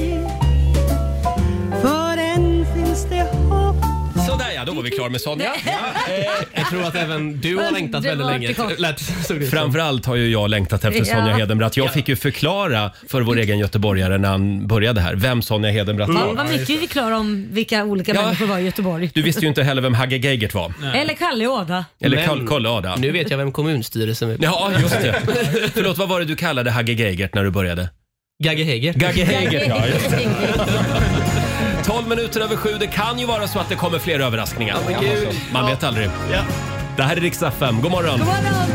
För än finns det hopp. Sådär ja, då var vi klara med Sonja. Jag tror att även du har längtat Det väldigt var länge. inte kort. Lät, såg det ut som. Framförallt har ju jag längtat efter Ja. Sonja Hedenbratt. Jag fick ju förklara för vår egen göteborgare när han började här vem Sonja Hedenbratt Ja, var. vad mycket vi klarar om vilka olika Ja. människor var i Göteborg. Du visste ju inte heller vem Hagge Geigert var. Eller Kalle Åda. Eller Men- Karl Kalle Ada. Nu vet jag vem kommunstyrelsen är. Ja, just det. Förlåt, vad var det du kallade Hagge Geigert när du började? Gagge Heger. Gagge Geigert, ja. just det. tolv minuter över sju. Det kan ju vara så att det kommer fler överraskningar. men gud. Man vet aldrig. Ja. Det här är Rix F M. God morgon. God morgon!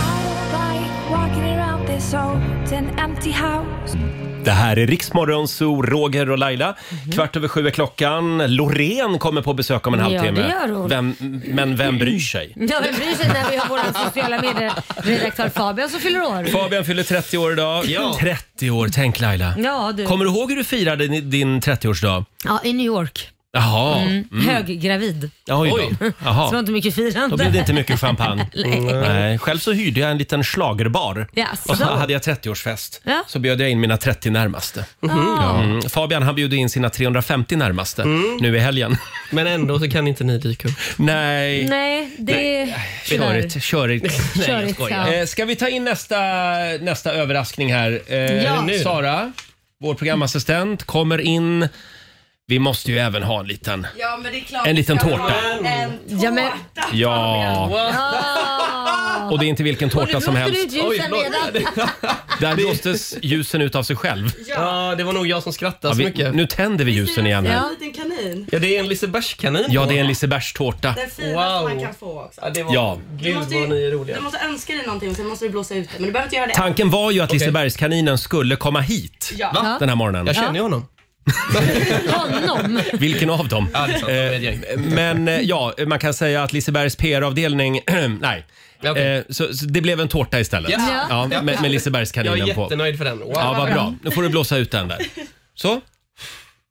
Det här är Riksmorgon, så Roger och Laila. Kvart över sju är klockan. Loreen kommer på besök om en Ja, halvtimme. det gör hon. Vem, men vem bryr sig? Ja, vem bryr sig när vi har vår sociala medier-redaktör Fabian som fyller år? Fabian fyller trettio år idag. Ja. trettio år, tänk Laila. Ja, du. Kommer du ihåg hur du firade din- din trettioårsdag? Ja, i New York. Jaha. Mm. Höggravid. Oj Oj. då. Så det Jaha. var inte mycket firande. Då blev det inte mycket champagne. Nej. Nej. Själv så hyrde jag en liten schlagerbar. Jaså? Och så hade jag trettioårsfest. Ja. Så bjöd jag in mina trettio närmaste. Ah. Mm. Fabian han bjöd in sina trehundrafemtio närmaste nu i helgen. Men ändå så kan inte ni dyka upp. Nej. Nej, det är Körigt, körigt. Nej, jag körigt. skojar. Ja. Eh, ska vi ta in nästa, nästa överraskning här? Eh, Ja. nu. Sara, vår programassistent, kommer in. Vi måste ju även ha en liten... Ja, men det är klart En liten vi ska tårta. ha En tårta. Ja, men- Ja, Ah. och det är inte vilken Och tårta nu som blåste helst. du ut ljusen redan. Där blåstes ljusen ut av sig själv. Ja, det var nog jag som skrattade Ja, så vi, mycket. nu tänder vi ljusen igen här. En liten kanin. Ja, det är en Lisebergskanin. Ja, det är en Lisebergstårta. Den finaste Wow. man kan få också. Ja, det var... Ja. Gud måste vad ni är roliga. Du måste önska dig någonting och sen måste du blåsa ut det. Men du behöver inte göra det. Tanken var ju att Lisebergskaninen skulle komma hit Ja. Va? den här morgonen. Jag känner ju honom. Honom. Vilken av dem? Ja, det är sant. De är ett gäng. Eh, Men eh, ja, man kan säga att Lisebergs P R-avdelning, nej. Okej. Eh, så, så det blev en tårta istället. Ja. Ja, med, med Jag är Lisebergskaninen på. jättenöjd för den. Wow. Ja, vad bra. Nu får du blåsa ut den där. Så.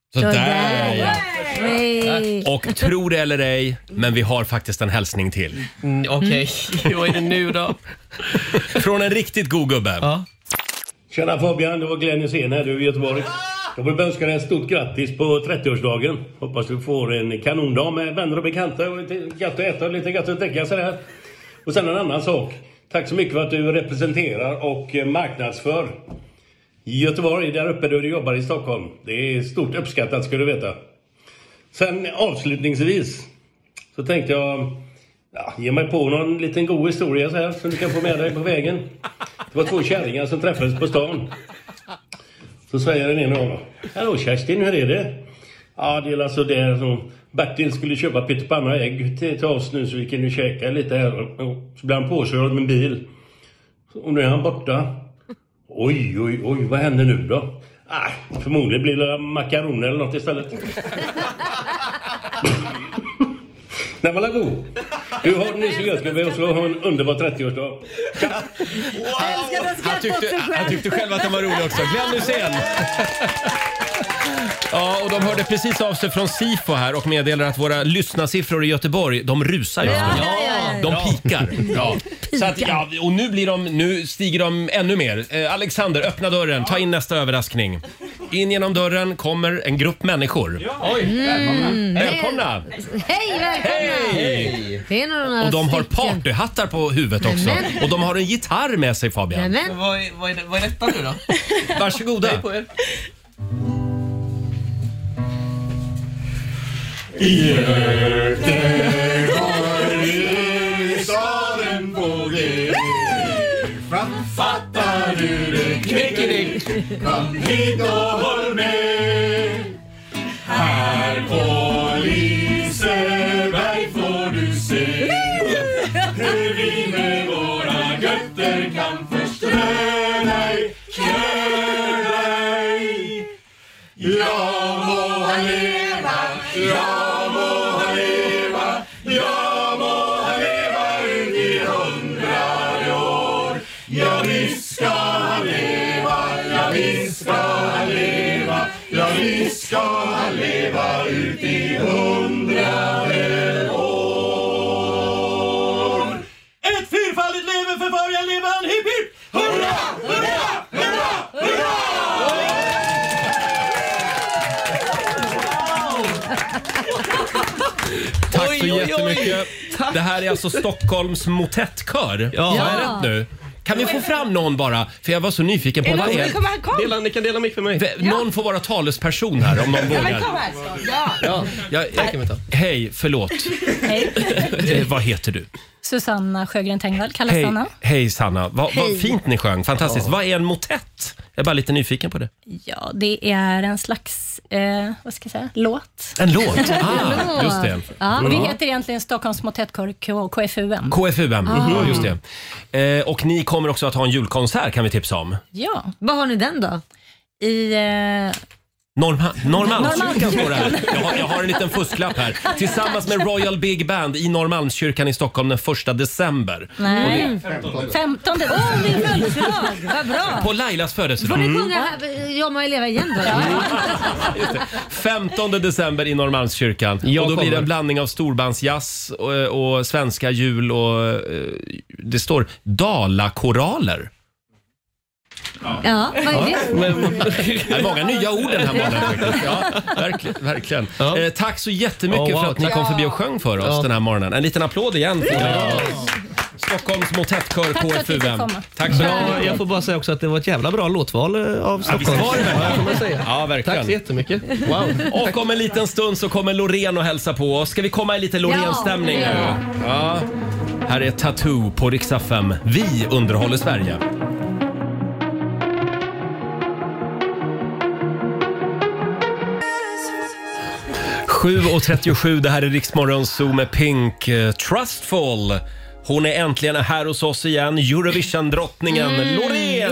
Så där ja. Hey. Och tro det eller ej, men vi har faktiskt en hälsning till. Mm, Okej, okay. Vad är det nu då? Från en riktigt god gubbe. Ja. Tjena Fabian, det var Glenn Hysén här du i Göteborg. Jag vill önska dig ett stort grattis på trettioårsdagen. Hoppas du får en kanondag med vänner och bekanta och lite gott att äta och lite gott att dricka sådär. Och sen en annan sak. Tack så mycket för att du representerar och marknadsför Göteborg där uppe där du jobbar i Stockholm. Det är stort uppskattat ska du veta. Sen avslutningsvis så tänkte jag ja, ge mig på någon liten god historia så här som du kan få med dig på vägen. Det var två kärringar som träffades på stan. Så säger den ena av dem: hallå Kerstin, hur är det? Ja, det är alltså det som Bertil skulle köpa pyttipanna ägg till, till oss nu så vi kan ju käka lite här. Så blir han påkörd med en bil. Och nu är han borta. Oj, oj, oj, vad händer nu då? Ah, förmodligen blir det makaroner eller något istället. Den var god. Du har den så gött, vi också ha en underbar trettioårsdag. Wow. Han tyckte, han tyckte själv att den var rolig också. Glenn Hysén. Ja, och de hörde precis av sig från Sifo här och meddelar att våra lyssnarsiffror i Göteborg, de rusar just nu. Ja, de pikar. Ja. Så att, ja, och nu, blir de, nu stiger de ännu mer. Eh, Alexander, öppna dörren. Ta in nästa överraskning. In genom dörren kommer en grupp människor. Oj, välkomna. Mm, Välkomna. Hej, välkomna. Hej. Det är några Och de har stycken. partyhattar på huvudet också. Nämen. Och de har en gitarr med sig, Fabian. Nämen. Vad är, vad, är det, vad är detta nu då? Varsågoda. Hej på er. Staden på G. Fattar du det? Kvickedick. Kom hit och håll med. Här på Liseberg får du se hur vi med våra götter kan förströ dig, krö dig. Ja må han leva, ja må han leva, ja må han leva ut i hundrade år. Ja visst ska han leva, ja visst ska han leva, ja visst ska han leva ut i hundrade år. Ett fyrfaldigt lever för Fabian Levan, hipp hipp! Hurra, hurra, hurra, hurra! Tack Oj, så oj, oj. jättemycket. Det här är alltså Stockholms motettkör. Ja. Har jag rätt nu? Kan vi få fram någon bara? För jag var så nyfiken på Är det vad någon det som är. kommer här? Kom! Dela, ni kan dela mick för mig. V- Någon får vara talesperson här om någon Ja, men vågar. kom här. Ja. Ja, Jag, det kan vi ta. hej, förlåt. Hej. Eh, vad heter du? Susanna Sjögren Tengvall, kallas Hej, Sanna. hej Sanna. Va, vad Hej. fint ni sjöng. Fantastiskt. Vad är en motett? Jag är bara lite nyfiken på det. Ja, det är en slags, eh, vad ska jag säga, låt. En låt? Ah, just det. Ja. Och vi heter egentligen Stockholms motettkör K F U M. K F U M, ja, just det. Eh, och ni kommer också att ha en julkonsert kan vi tipsa om. Ja, Var har ni den då? i... Eh, Norma, Norrmalmskyrkan Norrmalmskyrkan. står det här. Jag har, jag har en liten fusklapp här. Tillsammans med Royal Big Band i Norrmalmskyrkan i Stockholm den första december. nej, femtonde. Åh, min födelsedag! Vad bra! På Lailas Får födelsedag. ni sjunga här, Jag må leva igen då? Just det. femtonde december i Norrmalmskyrkan. Jag Och då blir det kommer. en blandning av storbandsjazz och, och svenska jul och eh, det står Dalakoraler. Ja, vad är det? Det är många nya ord den här morgonen faktiskt. Ja, verkligen. verkligen. Ja. Eh, tack så jättemycket Oh, wow, för att ni tack. kom förbi och sjöng för oss Ja. den här morgonen. En liten applåd igen för ja. Stockholms motettkör Tack för K att F vi U fick M. komma. Tack så Ja, mycket. jag får bara säga också att det var ett jävla bra låtval eh, av Ja, visst Stockholm. var det verkligen. Ja, får man säga. Ja, verkligen. Tack så jättemycket. Wow. Och om en liten stund så kommer Loreen och hälsa på oss. Ska vi komma i lite Loreen-stämning Ja. nu? Ja. Här är Tattoo på Rix F M. Vi underhåller Sverige. sju och trettiosju, det här är Rix Morgon Zoo med Pink. eh, Trustful. Hon är äntligen här hos oss igen. Eurovision-drottningen Loreen.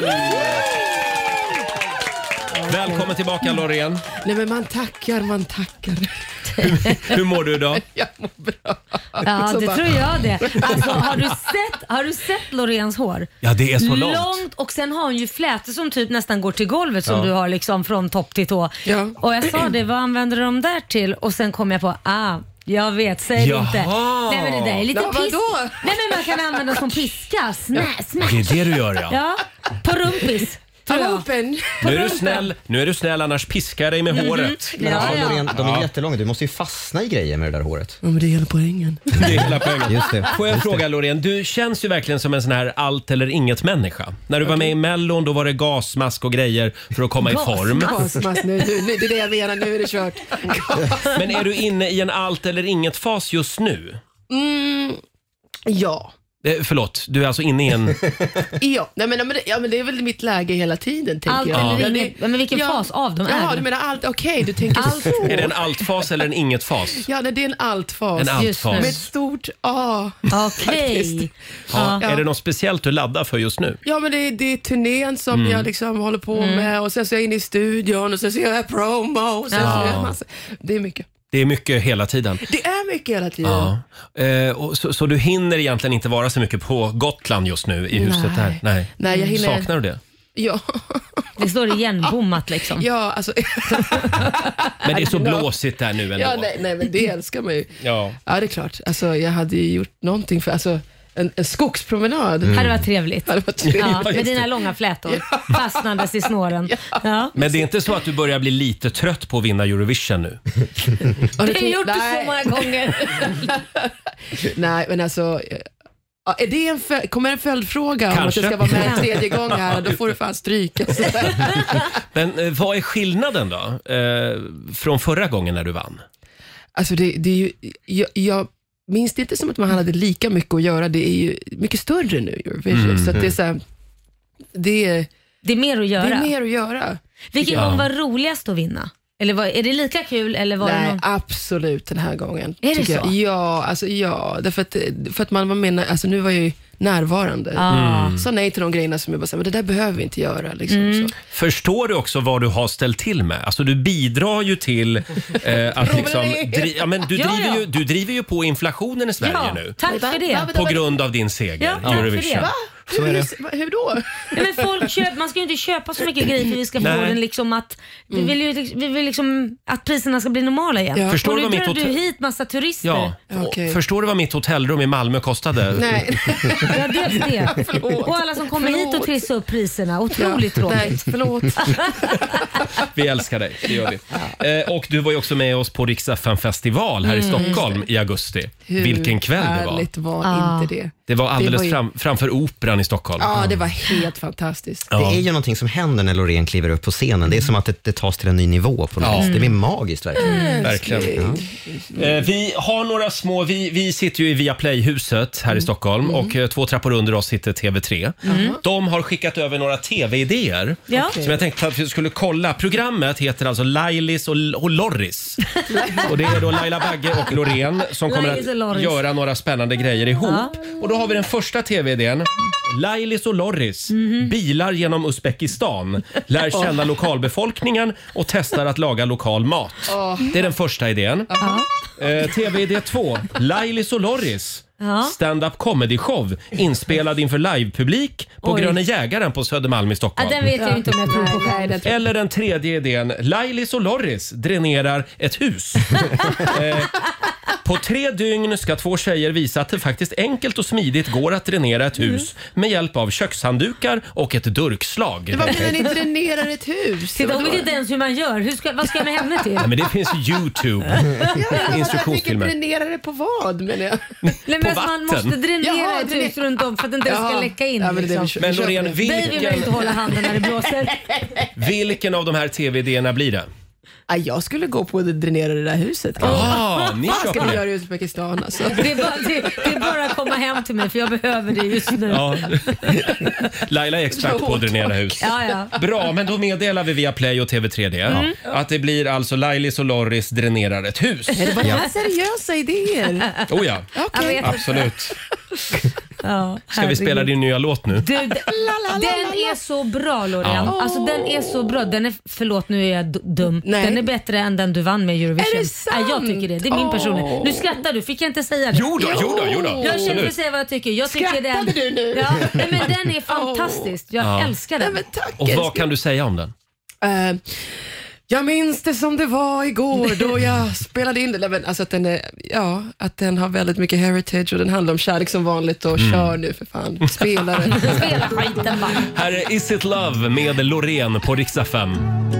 Välkommen tillbaka Loreen. Nej men man tackar, man tackar. Hur mår du idag? Jag mår bra. Ja, Så det bara- tror jag det. Alltså, har, du sett, har du sett Loreens hår? Ja, det är så långt. Långt och sen har hon ju flätor som typ nästan går till golvet som Ja. du har liksom från topp till tå. Ja. Och jag sa det, vad använder du dem där till? Och sen kom jag på, ah, jag vet, säg det Jaha. inte. Nej men det där är lite Ja, pisk. vadå? Nej men man kan använda som piska. Snä, smash. Det är det du gör, ja. Ja, på rumpis. Tror I'm jag. open. Nu är du snäll, nu är du snäll annars piskar dig med Mhm. håret. Men Ja, alltså, ja. Loreen, de är Ja. jättelånga. Du måste ju fastna i grejer med det där håret. Ja, men det är hela poängen. Det är hela poängen. Just det. Får jag Just fråga Loreen, du känns ju verkligen som en sån här allt eller inget människa. När du var med i Mellon då var det gasmask och grejer för att komma i form. Gasmask, nu, nu, nu, det är det jag menar, nu är det kört. Men är du inne i en allt eller inget fas just nu? Mm, ja. Eh, förlåt, du är alltså inne i en... Ja, nej, men, men, det- ja, men det är väl mitt läge hela tiden, tänker Allt jag. eller Ja, inget. Men vilken fas av dem är Ja, det? du menar allt, okej, du tänker Allt. så. Är det en altfas eller en inget-fas? Ja, nej, det är en altfas. En Just nu. altfas. Med ett stort A. Okej. Ja. Ja. Är det något speciellt du laddar för just nu? Ja, men det är, det är turnén som Mm. jag liksom håller på Mm. med och sen så är jag inne i studion och sen så gör jag promo och sen Ja. så gör jag massa. Det är mycket. Det är mycket hela tiden. Det är mycket hela tiden. Ja. Eh, och så, så du hinner egentligen inte vara så mycket på Gotland just nu i huset Nej. här? Nej. Nej, jag hinner- Saknar du det? Ja. Det står igenbommat liksom. Ja, alltså. Men det är så I know. blåsigt där nu ändå. Ja, nej, nej, men det älskar man ju. Ja. Ja, det är klart. Alltså, jag hade ju gjort någonting för, alltså, en, en skogspromenad. Det hade varit trevligt. Hade varit trevligt. Ja, med dina långa flätor fastnandes i snåren. Ja. Men det är inte så att du börjar bli lite trött på att vinna Eurovision nu? Det har jag gjort det Nej. så många gånger. Nej, men alltså. Ja, är det en föl- kommer en följdfråga om att Kanske. jag ska vara med en tredje gång här, då får du fan stryka. Men eh, vad är skillnaden då? Eh, från förra gången när du vann? Alltså det, det är ju, jag, jag minns det inte som att man hade lika mycket att göra. Det är ju mycket större nu, Eurovision. Mm. Så att det är så här, det är, Det är mer att göra. det är mer att göra. Vilken Ja. gång var roligast att vinna? Eller var, är det lika kul eller var det Nej, någon... absolut den här gången. Är det tycker jag. så? Ja, alltså ja. Därför att, för att man var med, alltså nu var jag ju närvarande. Ah. Mm. Sa nej till de grejerna som jag bara sa, men det där behöver vi inte göra. Liksom, Mm. så. Förstår du också vad du har ställt till med? Alltså du bidrar ju till eh, att liksom... Dri- ja, men du, Ja, driver ja. Ju, du driver ju på inflationen i Sverige Ja, nu. tack för det. På grund av din seger Ja, i tack för Eurovision. det. Va? Så är det. Hur, hur då? Nej, men folk köp, man ska ju inte köpa så mycket grejer för vi ska få Nej. den liksom att vi Mm. vill ju vi vill liksom att priserna ska bli normala igen. Ja. Förstår och du nu vad mitt drar du hotell- hit massa turister. Ja. Okej. Förstår du vad mitt hotellrum i Malmö kostade? Nej. Ja, dels det. Förlåt. Och alla som kommer hit och Förlåt. trissar upp priserna. Otroligt Ja, nej, tråkigt. förlåt. Vi älskar dig, det gör vi. Eh, och du var ju också med oss på Rix F M-festival här i Mm. Stockholm i augusti. Hur Vilken kväll det var. härligt var Ah. inte det? Det var alldeles Det var ju- fram, framför Operan i Stockholm. Ja, det var helt fantastiskt. Ja. Det är ju någonting som händer när Loreen kliver upp på scenen. Det är som att det, det tas till en ny nivå på något Ja. vis. Det blir magiskt verkligen. Mm. Verkligen. Eh, vi har några små, vi, vi sitter ju i Viaplay-huset här i Stockholm och eh, två trappor under oss sitter T V tre. De har skickat över några tv-idéer Ja. som jag tänkte att vi skulle kolla. Programmet heter alltså Lailis och, och Lorris. Och det är då Laila Bagge och Loreen som kommer Lailis och att Lorris. göra några spännande grejer ihop. Ja. Och då har vi den första tv-idén. Lailis och Lorris bilar genom Uzbekistan, lär känna lokalbefolkningen och testar att laga lokal mat. Det är den första idén. Eh, T V-idé två. Lailis och Lorris. Ja. Stand-up comedy-show inspelad inför livepublik på Oj. Gröna Jägaren på Södermalm i Ja, Stockholm. den vet jag inte om jag tror på själv. Eller den tredje idén. Lailis och Lorris dränerar ett hus. eh, på tre dygn ska två tjejer visa att det faktiskt enkelt och smidigt går att dränera ett hus med hjälp av kökshanddukar och ett durkslag. Det var när ni dränerar ett hus. Titta, hon vet inte ens hur man gör. Hur ska, vad ska jag med henne till? Ja, men det finns YouTube. Vilken Instruktionsfilmer. dränerare på vad, menar jag? Nej, men På alltså, man vatten. måste dränera Jaha, ett dränera- hus runt om för att det inte ska Ja. läcka in. Ja, men det är det liksom. vi Men kör Loreen, med. Baby vill vilken, inte hålla handen när det blåser. vilken av de här tv-idéerna blir det? Ja, jag skulle gå på att dränera det där huset. Ah, ni Vad kör ska på ni det. göra i Uzbekistan alltså? Det är, bara, det, det är bara att komma hem till mig för jag behöver det just nu. Ja. Laila är expert på att dränera hus. Ja, ja. Bra, men då meddelar vi via Play och T V tre D att det blir alltså Lailis och Lorris dränerar ett hus. Är det bara seriösa idéer? Oh ja, Jag vet inte. absolut. Ja, Ska vi spela din nya låt nu? Du, den, den är så bra, Loreen. Ja. Alltså den är så bra. Den är, förlåt, nu är jag d- dum. Nej. Den är bättre än den du vann med Eurovision. Är det sant? Nej, jag tycker det. Det är min Åh. personlighet. Nu skrattar du. Fick jag inte säga det? Jo då, jo då, jo då. Jag känner för Absolut. att säga vad jag tycker. Jag tycker Skrattade den, du nu? Ja, nej, men den är fantastisk. Jag Ja. älskar den. Nej, men tack. Och vad kan du säga om den? Eh, jag minns det som det var igår då jag spelade in det. Nej, men alltså att, den är, ja, att den har väldigt mycket heritage och den handlar om kärlek som vanligt och Mm. kör nu för fan. Spela den. Spela skiten bara. Här är Is It Love med Loreen på Rix F M.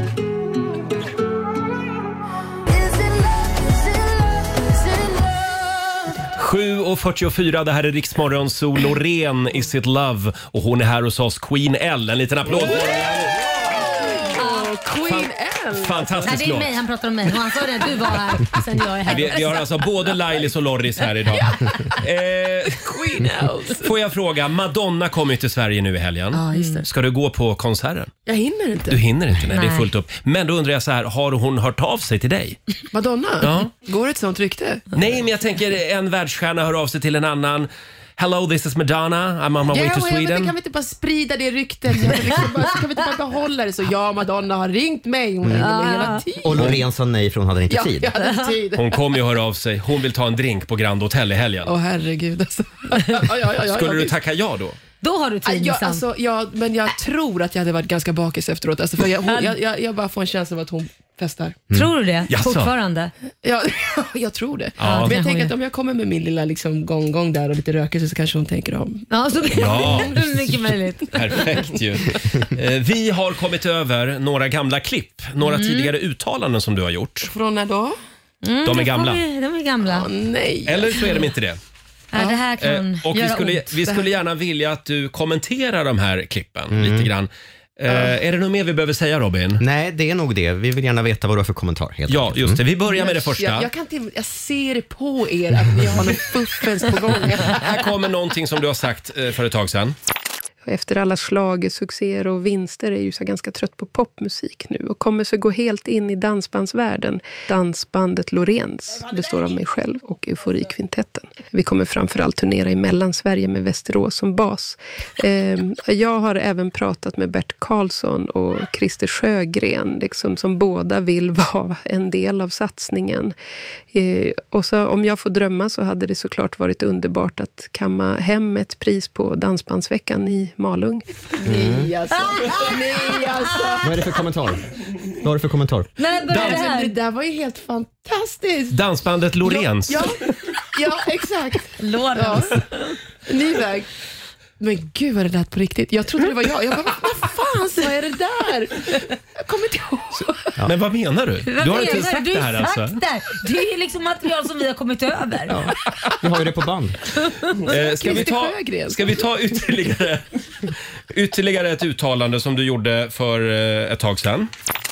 sju och fyrtiofyra, det här är Rix Morgon, så Loreen, Is It Love, och hon är här hos oss, Queen L. En liten applåd. Queen L. Nej, Fantastisk det är låt. mig, han pratar om mig. Och han sa det, du var här, sen jag är här. Vi, vi har alltså både Lailis och Lorris här idag. Eh, Queen L. får jag fråga, Madonna kommer ju till Sverige nu i helgen. Ja, just det. Ska du gå på konserten? Jag hinner inte. Du hinner inte, nej, det är Nej. fullt upp. Men då undrar jag så här, har hon hört av sig till dig? Madonna? Ja. Går ett sånt rykte? Nej, men jag tänker en världsstjärna hör av sig till en annan. Hello, this is Madonna. I'm on my way Ja, to men Sweden. kan vi inte bara sprida det ryktet? Jag vill liksom bara, kan vi inte bara behålla det så? Ja, Madonna har ringt mig. Hon ringer mig hela tiden. Och Loreen sa nej för hon hade inte Ja, tid. jag hade inte tid. Hon kommer ju höra av sig. Hon vill ta en drink på Grand Hotel i helgen. Åh herregud alltså. Ja, ja, ja, ja, Skulle ja, du visst. tacka ja då? Då har du tid, Ja, minsann. alltså, ja, men jag tror att jag hade varit ganska bakis efteråt. Alltså, för jag, hon, jag, jag, jag bara får en känsla av att hon festar. Tror du det? Jaså? Fortfarande? Ja, jag tror det. Ja. Men jag kanske tänker hon att om jag kommer med min lilla liksom, gång-gång där och lite rökelse så kanske hon tänker om. Ja, så Ja. mycket möjligt. Perfekt ju. Eh, Vi har kommit över några gamla klipp. Några tidigare uttalanden som du har gjort. Från när då? Mm, De är det får gamla. Vi, de är gamla. Åh, nej. Eller så är de inte det. Ja, det här kan Eh, och vi göra skulle, ont. vi skulle gärna vilja att du kommenterar de här klippen lite grann. Eh, Är det något mer vi behöver säga, Robin? Nej, det är nog det. Vi vill gärna veta vad du har för kommentar. Helt Ja, enkelt. just det. Vi börjar med det första. Jag, jag, kan inte, jag ser på er att ni har någon fuffens på gång. Här kommer någonting som du har sagt eh, för ett tag sedan. Efter alla schlagersuccéer och vinster är ju så ganska trött på popmusik nu och kommer så gå helt in i dansbandsvärlden. Dansbandet Loreens består av mig själv och Euforikvintetten. Vi kommer framförallt turnera i Mellansverige med Västerås som bas. Eh, jag har även pratat med Bert Karlsson och Christer Sjögren liksom, som båda vill vara en del av satsningen. Eh, och så om jag får drömma så hade det såklart varit underbart att kamma hem ett pris på Dansbandsveckan i Malung. Nej alltså. Nej alltså. Vad är det för kommentar? Vad har du för kommentar? När började det Alltså, här? det där var ju helt fantastiskt. Dansbandet Loreens. Ja, ja, ja exakt. Lorens. Ja. Ny väg. Men gud vad det lät på riktigt. Jag trodde det var jag. Jag bara, vad fan, vad är det där? Jag kommer inte ihåg. Men vad menar du? Vad Du har inte menar sagt du? det här Du har alltså? sagt det här. Det är liksom material som vi har kommit över. Ja. Vi har ju det på band. Eh, ska, vi ta, ska vi ta ytterligare, ytterligare ett uttalande som du gjorde för eh, ett tag sedan?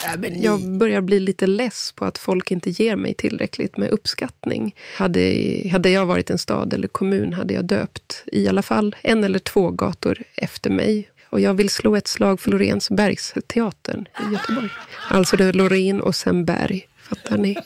Jag börjar bli lite less på att folk inte ger mig tillräckligt med uppskattning. Hade, hade jag varit en stad eller kommun hade jag döpt i alla fall en eller två gator efter mig. Och jag vill slå ett slag för Lorensbergsteatern i Göteborg. Alltså det är Loreen och sen Berg. Fattar ni?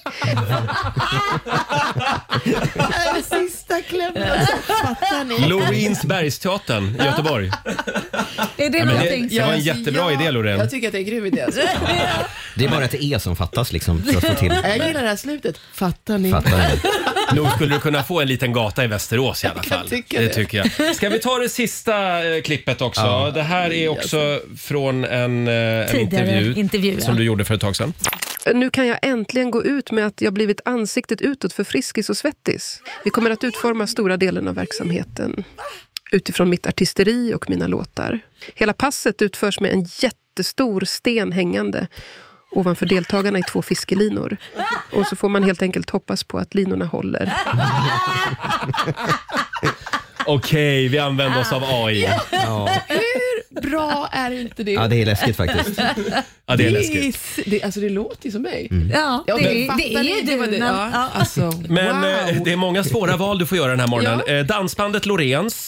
Sista klämmen. Fattar ni? Loreensbergsteatern i Göteborg. Är det Ja, men det, någonting? det var en jättebra idé, Loreen. Jag tycker att det är en grym idé. Alltså. Det är bara ett E som fattas liksom för att få till. Jag gillar det här slutet. Fattar ni? Fattar ni? Nog skulle du kunna få en liten gata i Västerås i alla fall. tycka Det det. tycker jag. Ska vi ta det sista eh, klippet också? Ja. Det här är också från en, eh, en Tidigare intervju, intervju, ja. som du gjorde för ett tag sedan. Nu kan jag äntligen gå ut med att jag blivit ansiktet utåt för Friskis och Svettis. Vi kommer att utforma stora delen av verksamheten utifrån mitt artisteri och mina låtar. Hela passet utförs med en jättestor sten hängande ovanför deltagarna i två fiskelinor. Och så får man helt enkelt hoppas på att linorna håller. Okej, vi använder oss av A I. Ja. Hur bra är inte det? Ja, det är läskigt faktiskt. Ja, det är läskigt. Det, alltså det låter ju som mig. Ja, Ja, det, men är- fattar det är ni? ju Det du. var det. Men, Ja, ja. alltså, Men wow. eh, det är många svåra val du får göra den här morgonen. Eh, Dansbandet Loreens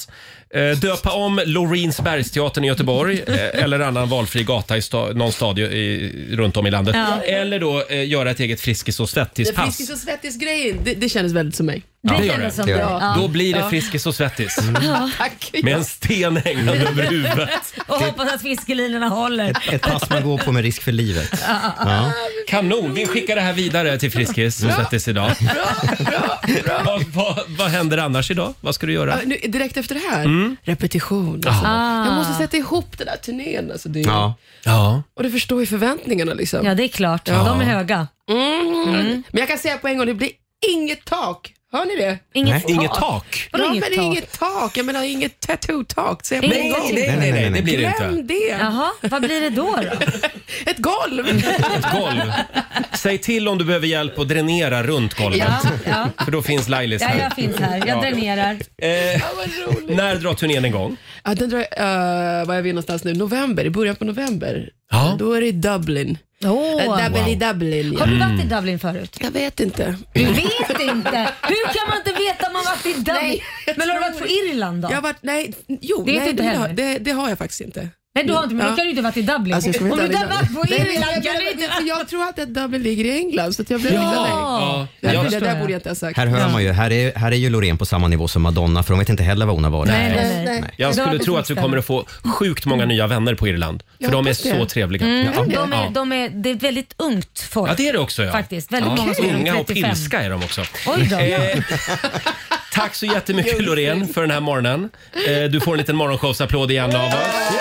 Eh, döpa om Lorensbergsteatern i Göteborg eh, eller annan valfri gata i sta- någon stad i, runt om i landet. Ja. Eller då eh, göra ett eget Friskis och Det Svettis-pass. Friskis och Svettis-grejen, det, det kändes väldigt som mig. Ja, det gör kändes det. som dig, ja. Då blir det Ja. Friskis och Svettis. Ja. Tack. Med en sten hängande över huvudet. Och hoppas att fiskelinorna håller. Ett pass man går på med risk för livet. Ja. Kanon, vi skickar det här vidare till Friskis och Svettis idag. Vad, vad, vad händer annars idag? Vad ska du göra? Ja, nu, direkt efter det här, Mm. repetition. Alltså. Ah. Jag måste sätta ihop den där turnén. Alltså, det är, Ja. Ja. Och det förstår ju förväntningarna. Liksom. Ja, det är klart. Ja. De är höga. Mm. Mm. Men jag kan säga på en gång, det blir inget tak. Hör ni det? Inget Nej, tak. inget tak. Ja, Vadå men inget det är tak? inget tak. Jag menar inget tattoo-tak. Säg på Nej, en gång. Nej, nej, nej, nej, det blir det Glöm inte. det. Jaha, vad blir det då? då? Ett golv. Ett golv. Säg till om du behöver hjälp att dränera runt golvet. Ja, ja. För då finns Lailis Ja, här. jag finns här. Jag Ja. dränerar. Eh, när drar turnén igång? Ja, den drar, uh, var är vi någonstans nu? November, i början på november. Ja. Då är det i Dublin. Åh. Uh, Dublin i Dublin. Ja. Har du varit i Dublin förut? Jag vet inte. Du vet inte? Hur kan man inte veta om man varit i Dublin? Nej, jag Men har du tror- varit på Irland då? Jag har varit, nej, jo, Vet nej, inte det, heller. har, det, det har jag faktiskt inte. Nej, du har inte, men Ja. då kan du inte varit i Dublin. Alltså, jag ska om vara du inte helt har ärlig. varit på Nej, men Irland jag, kan du jag, inte... jag, jag tror alltid att Dublin ligger i England, så att jag blev Ja. lite Ja. nej. Jag Det förstår. där borde jag inte ha sagt. Här hör man ju, här är, här är ju Loreen på samma nivå som Madonna, för de vet inte heller vad hon har varit. Nej, nej, nej. Jag Det var skulle tro att du precis kommer att få sjukt många nya vänner på Irland. För Jag de är hoppas det. så trevliga. Mm, Ja. de är, Ja. de är, det är ett väldigt ungt folk. Ja, det är det också. Ja. Faktiskt. Väldigt Ja. många som är Unga och trettiofem. pilska är de också. Oj då. Eh, tack så jättemycket Loreen för den här morgonen. Eh, du får en liten morgonshowsapplåd igen av oss.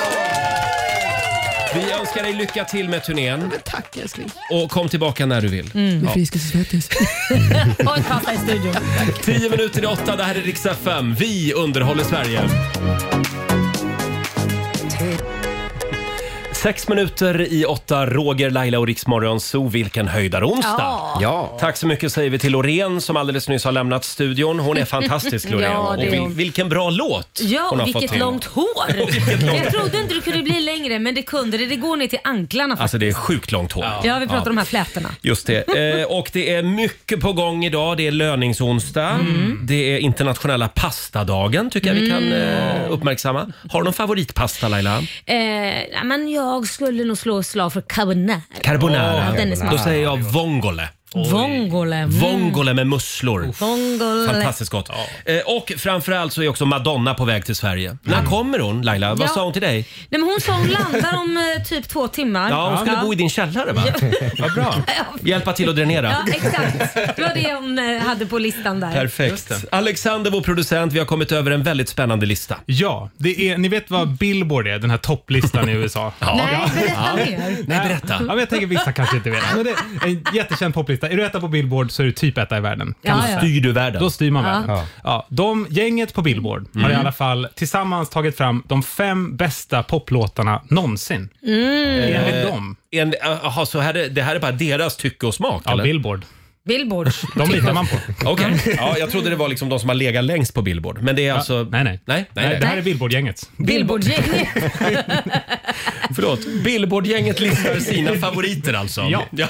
Vi önskar dig lycka till med turnén. Men tack älskling. Och kom tillbaka när du vill. Mm. Med Friskis och Svettis. Ha en kaffe i studion. Tio minuter i åtta, det här är Rix F M. Vi underhåller Sverige. Sex minuter i åtta, Roger, Laila och Rix Morgon Zoo. Vilken höjdaronsdag. Ja. Ja. Tack så mycket säger vi till Loreen som alldeles nyss har lämnat studion. Hon är fantastisk Loreen. Ja, det är och vil- hon. vilken bra låt Ja, hon har fått vilket till. långt hår. Vilket långt- Jag trodde inte det kunde bli längre, men det kunde det. Det går ner till anklarna faktiskt. Alltså det är sjukt långt hår. Ja, vi pratar om de här flätorna. Just det. Eh, och det är mycket på gång idag. Det är löningsonsdag. Mm. Det är internationella pastadagen tycker jag vi kan eh, uppmärksamma. Har du någon favoritpasta Laila? Eh, ja, men jag skulle nog slå ett slag för carbonara. Carbonara. Ja, den är smart. Då säger jag vongole. Vongole. Mm. Vongole med musslor. Vongole. Fantastiskt gott. Eh, och framförallt så är också Madonna på väg till Sverige. När kommer hon Laila? Vad Ja. sa hon till dig? Nej, men hon sa hon landar om eh, typ två timmar. Ja, hon skulle bo i din källare va? Vad bra. Hjälpa till att dränera. Ja, exakt. Det var det hon eh, hade på listan där. Perfekt. Alexander, vår producent, vi har kommit över en väldigt spännande lista. Ja, det är, ni vet vad Billboard är, den här topplistan i U S A? Ja. Nej, berätta Ja. mer. Nej, berätta. Ja, men jag tänker vissa kanske inte vet. Men det är en jättekänd poplista. Är du etta på Billboard så är du typ etta i världen. Ja, Då ja. styr du världen. Då styr man Ja. världen. Ja, de, gänget på Billboard har i alla fall tillsammans tagit fram de fem bästa poplåtarna någonsin. Mm. Enligt dem. En, aha, så här är, det här är bara deras tycke och smak? Ja, eller? Billboard. Billboard. De litar man på. Okej. Ja, jag trodde det var liksom de som har legat längst på Billboard. Men det är alltså... Nej, nej. Nej, nej, Nej, nej. det här är Billboard-gänget. Billboard-gänget. Förlåt. Billboard-gänget listar sina favoriter alltså. Ja. ja.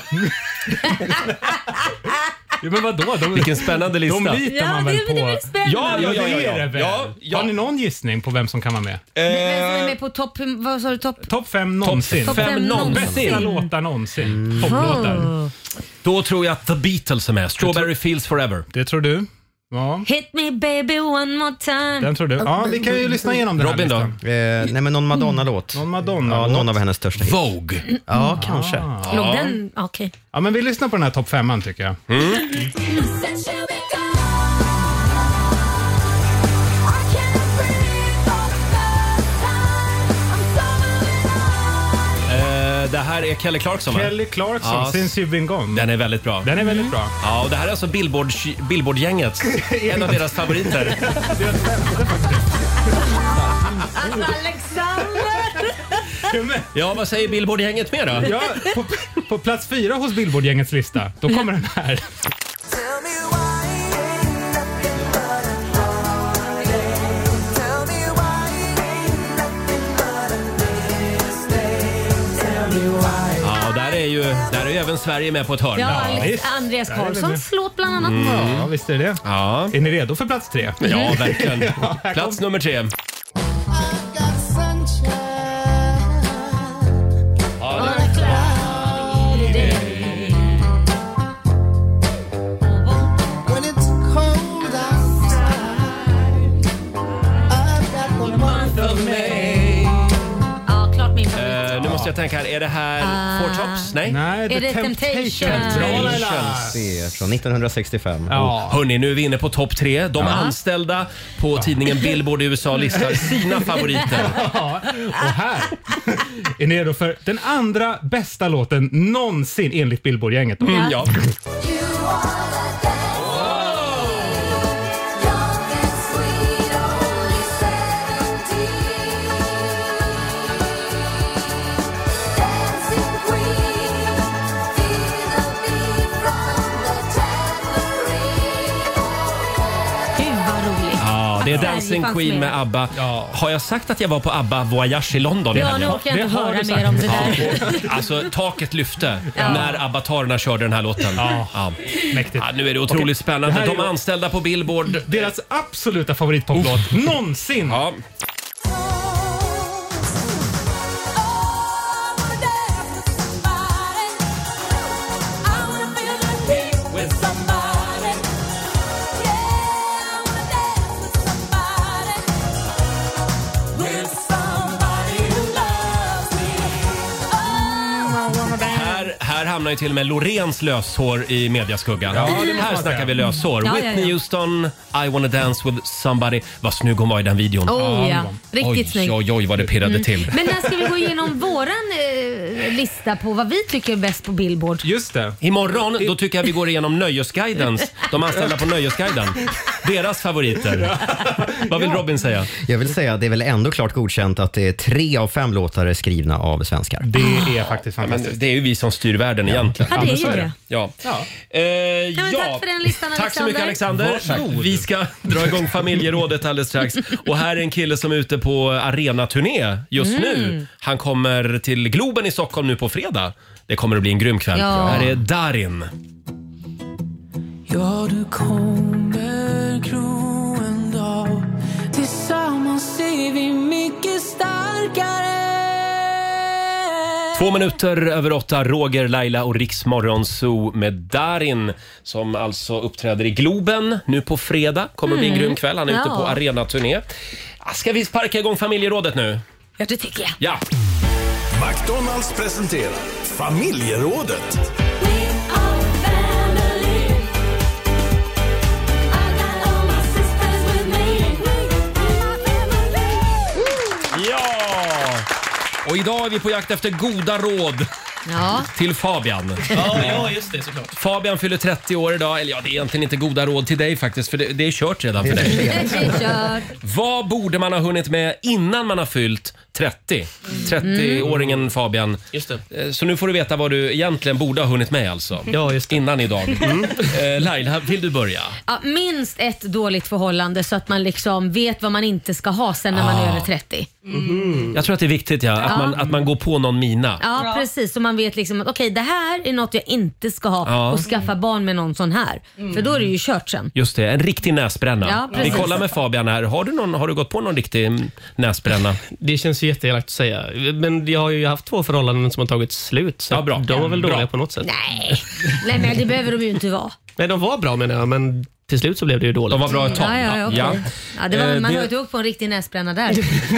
Ja, men vadå? De, Vilken spännande lista. de litar Ja, man det, väl men det är på? väl spännande. Ja, ja, ja, ja, det är det ja. väl? Ja, ja. Har ni någon gissning på vem som kan vara med? Vem som är Eh, med på topp... Vad sa du? Topp? Topp fem någonsin. Topp fem någonsin. Bästa låtar någonsin. Poplåtar. Oh. Då tror jag att The Beatles är med. Strawberry Fields Forever. Det tror du? Ja. Hit me baby one more time. Den tror du? Ja, vi kan ju lyssna igenom den här Robin då? listan. Eh, nej, men någon Madonna-låt. Någon Madonna. Ja, någon av hennes största hits. Vogue. Ja, kanske. Låg den... Okej. Ja, men vi lyssnar på den här topp femman tycker jag. Eh, det här är Kelly Clarkson va? Kelly Clarkson, Ja. Since You've Been Gone. Den är väldigt bra. Den är väldigt bra. Ja, och det här är alltså Billboard, Billboard-gänget. En av deras favoriter. Alexander! Ja, vad säger Billboard-gänget mer då? Ja, på, på plats fyra hos Billboard-gängets lista, då kommer den här. Ja, där är ju, där är ju även Sverige med på ett hörn. Ja, Ja, Alex, visst. Andreas Där är vi Karlssons med. låt bland annat. Ja, visst är det. Ja, Är ni redo för plats tre? ja verkligen. här Plats nummer tre. tänka här, är det här Ah. Four Tops? Nej. Nej, Är det Temptations? Det är från nittonhundrasextiofem. Ja. Hörrni, nu är vi inne på topp tre. De Ja. anställda på tidningen Billboard i U S A listar sina favoriter. Ja, och här är ni redo för den andra bästa låten någonsin enligt Billboard-gänget. Mm, ja. Det är Dancing Queen med ABBA. Har jag sagt att jag var på ABBA Voyage i London i Ja, helgen? nu orkar jag inte höra mer om det där. Ja. Alltså, taket lyfte Ja. när ABBA-tarerna körde den här låten. Ja. Ja. Mäktigt. Ja, nu är det otroligt Okej. spännande. Det här är De ju- anställda på Billboard. Deras absoluta favoritpoplåt någonsin. Ja. Här, här hamnar ju till och med Loreens löshår i mediaskuggan. Ja, det måste här man snackar säga. vi löshår. Ja, ja, ja. Whitney Houston, I wanna dance with somebody. Vad snygg hon var i den videon. Oh, ja. Riktigt oj, snygg. oj, oj, vad det pirrade Mm. till. Men när ska vi gå igenom våran eh, lista på vad vi tycker är bäst på Billboard? Just det. Imorgon då tycker jag vi går igenom Nöjesguidens, de anställda på Nöjesguiden. Deras favoriter. Vad vill Robin säga? Jag vill säga att det är väl ändå klart godkänt att det är tre av fem låtar är skrivna av svenskar. Det är faktiskt Ja, men fantastiskt. det är ju vi som styr världen egentligen. Ja, det är ju så det. Ja. Ja. Eh, Ja, men ja. tack för den listan, Tack så mycket Alexander. Alexander. Varsågod. Vi ska dra igång familjerådet alldeles strax. Och här är en kille som är ute på arenaturné just Mm. nu. Han kommer till Globen i Stockholm nu på fredag. Det kommer att bli en grym kväll. Ja. Här är Darin. Ja, du kommer gro en dag. Tillsammans är vi mycket starkare. Två minuter över åtta, Roger, Laila och Riks Morgonzoo med Darin som alltså uppträder i Globen nu på fredag. Kommer att bli en Mm. grym kväll. Han är ute Ja. på arenaturné. Ja, ska vi sparka igång familjerådet nu? Ja, det tycker jag. Ja! McDonalds presenterar familjerådet. Ja! Och idag är vi på jakt efter goda råd Ja. till Fabian. Ja, ja, just det såklart. Fabian fyller trettio år idag. Eller ja, det är egentligen inte goda råd till dig faktiskt, för det, det är kört redan för dig. Det är kört. Vad borde man ha hunnit med innan man har fyllt trettio? trettio-åringen Fabian. Just det. Eh, Så nu får du veta vad du egentligen borde ha hunnit med alltså. Ja, just det. Innan idag. Mm. Eh, Laila, vill du börja? Ja, minst ett dåligt förhållande så att man liksom vet vad man inte ska ha sen när man Ah. är över trettio. Jag tror att det är viktigt ja, att, Ja. man, att man går på någon mina. Ja, precis. Så man vet liksom att okej, det här är något jag inte ska ha Ja. och skaffa barn med någon sån här. För då är det ju kört sen. Just det, en riktig näsbränna. Ja, Vi precis. kollar med Fabian här. Har du, någon, har du gått på någon riktig mm, näsbränna? Det känns ju jätteelakt att säga. Men jag har ju haft två förhållanden som har tagit slut. Så Ja, bra. de var väl Bra. dåliga på något sätt. Nej. Nej, men det behöver de ju inte vara. Nej, de var bra menar jag, men till slut så blev det ju dåligt. De var bra ett tag. Ja, ja, ja, okej. Ja. Ja, det var, Eh, man det- har ju inte åkt på en riktig näsbränna där.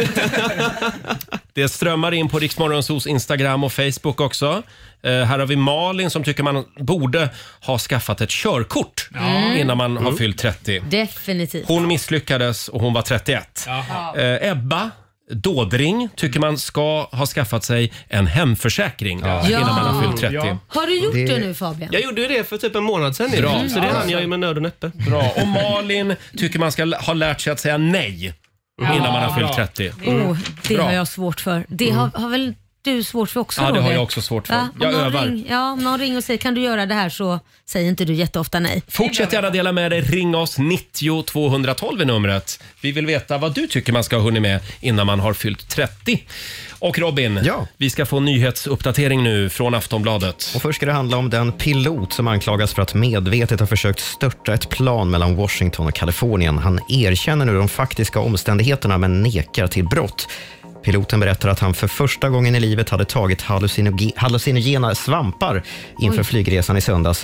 Det strömmar in på Riksmorgonsos Instagram och Facebook också. Eh, här har vi Malin som tycker man borde ha skaffat ett körkort innan man har fyllt trettio. Definitivt. Hon misslyckades och hon var trettioett. Eh, Ebba Dådring tycker man ska ha skaffat sig en hemförsäkring innan man har fyllt trettio. Ja. Har du gjort det, Det- nu Fabian? Jag gjorde ju det för typ en månad sedan. Bra. Så det hann jag ju med nöd och näppe. Bra. Och Malin tycker man ska ha lärt sig att säga nej innan man har fyllt trettio. Oh, det Bra. har jag svårt för. Det har, har väl du svårt för också, Ja, det har Roger? jag också svårt för. Va? Om Jag någon övar. Ring, ja, om någon ringer och säger kan du göra det här så säger inte du jätteofta nej. Fortsätt gärna dela med dig. Ring oss, nittio tvåhundratolv är numret. Vi vill veta vad du tycker man ska ha hunnit med innan man har fyllt trettio. Och Robin, Ja. vi ska få en nyhetsuppdatering nu från Aftonbladet. Och först ska det handla om den pilot som anklagas för att medvetet ha försökt störta ett plan mellan Washington och Kalifornien. Han erkänner nu de faktiska omständigheterna men nekar till brott. Piloten berättar att han för första gången i livet hade tagit hallucinoge- hallucinogena svampar inför Oj. flygresan i söndags.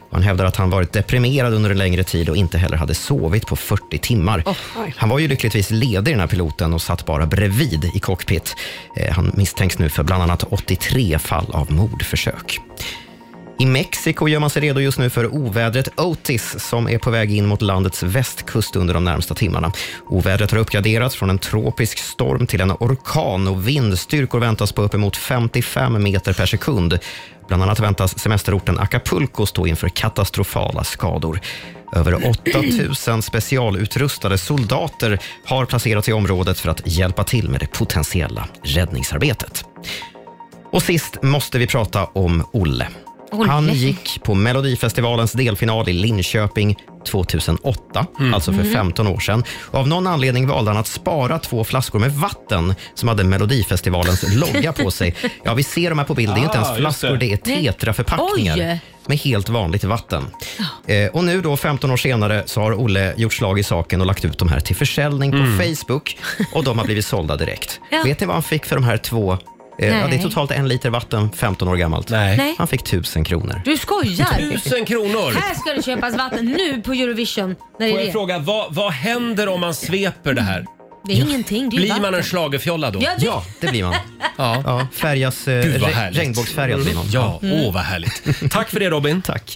Han hävdar att han varit deprimerad under en längre tid och inte heller hade sovit på fyrtio timmar. Oh, han var ju lyckligtvis ledig, den här piloten, och satt bara bredvid i cockpit. Eh, han misstänks nu för bland annat åttiotre fall av mordförsök. I Mexiko gör man sig redo just nu för ovädret Otis som är på väg in mot landets västkust under de närmsta timmarna. Ovädret har uppgraderats från en tropisk storm till en orkan och vindstyrkor väntas på uppemot femtiofem meter per sekund. Bland annat väntas semesterorten Acapulco stå inför katastrofala skador. Över åtta tusen specialutrustade soldater har placerats i området för att hjälpa till med det potentiella räddningsarbetet. Och sist måste vi prata om Olle. Han gick på Melodifestivalens delfinal i Linköping tjugohundraåtta, mm. alltså för femton år sedan. Och av någon anledning valde han att spara två flaskor med vatten som hade Melodifestivalens logga på sig. Ja, vi ser de här på bild. Det är inte ens flaskor, det är tetraförpackningar med helt vanligt vatten. Eh, och nu då, femton år senare, så har Olle gjort slag i saken och lagt ut de här till försäljning på mm. Facebook. Och de har blivit sålda direkt. Ja. Vet ni vad han fick för de här två? Ja, det är totalt en liter vatten, femton år gammalt. Nej. Han fick tusen kronor. Du skojar? Tusen kronor! Här ska det köpas vatten nu på Eurovision. När det Får är jag det. fråga, vad, vad händer om man sveper det här? Det är ja. ingenting. Det är blir vatten. man en schlagerfjolla då? Ja, det... ja, det blir man. Ja. Ja, färgas, eh, Gud, vad re- regnbågsfärgad blir man. Ja, åh mm. oh, vad härligt. Tack för det, Robin. Tack.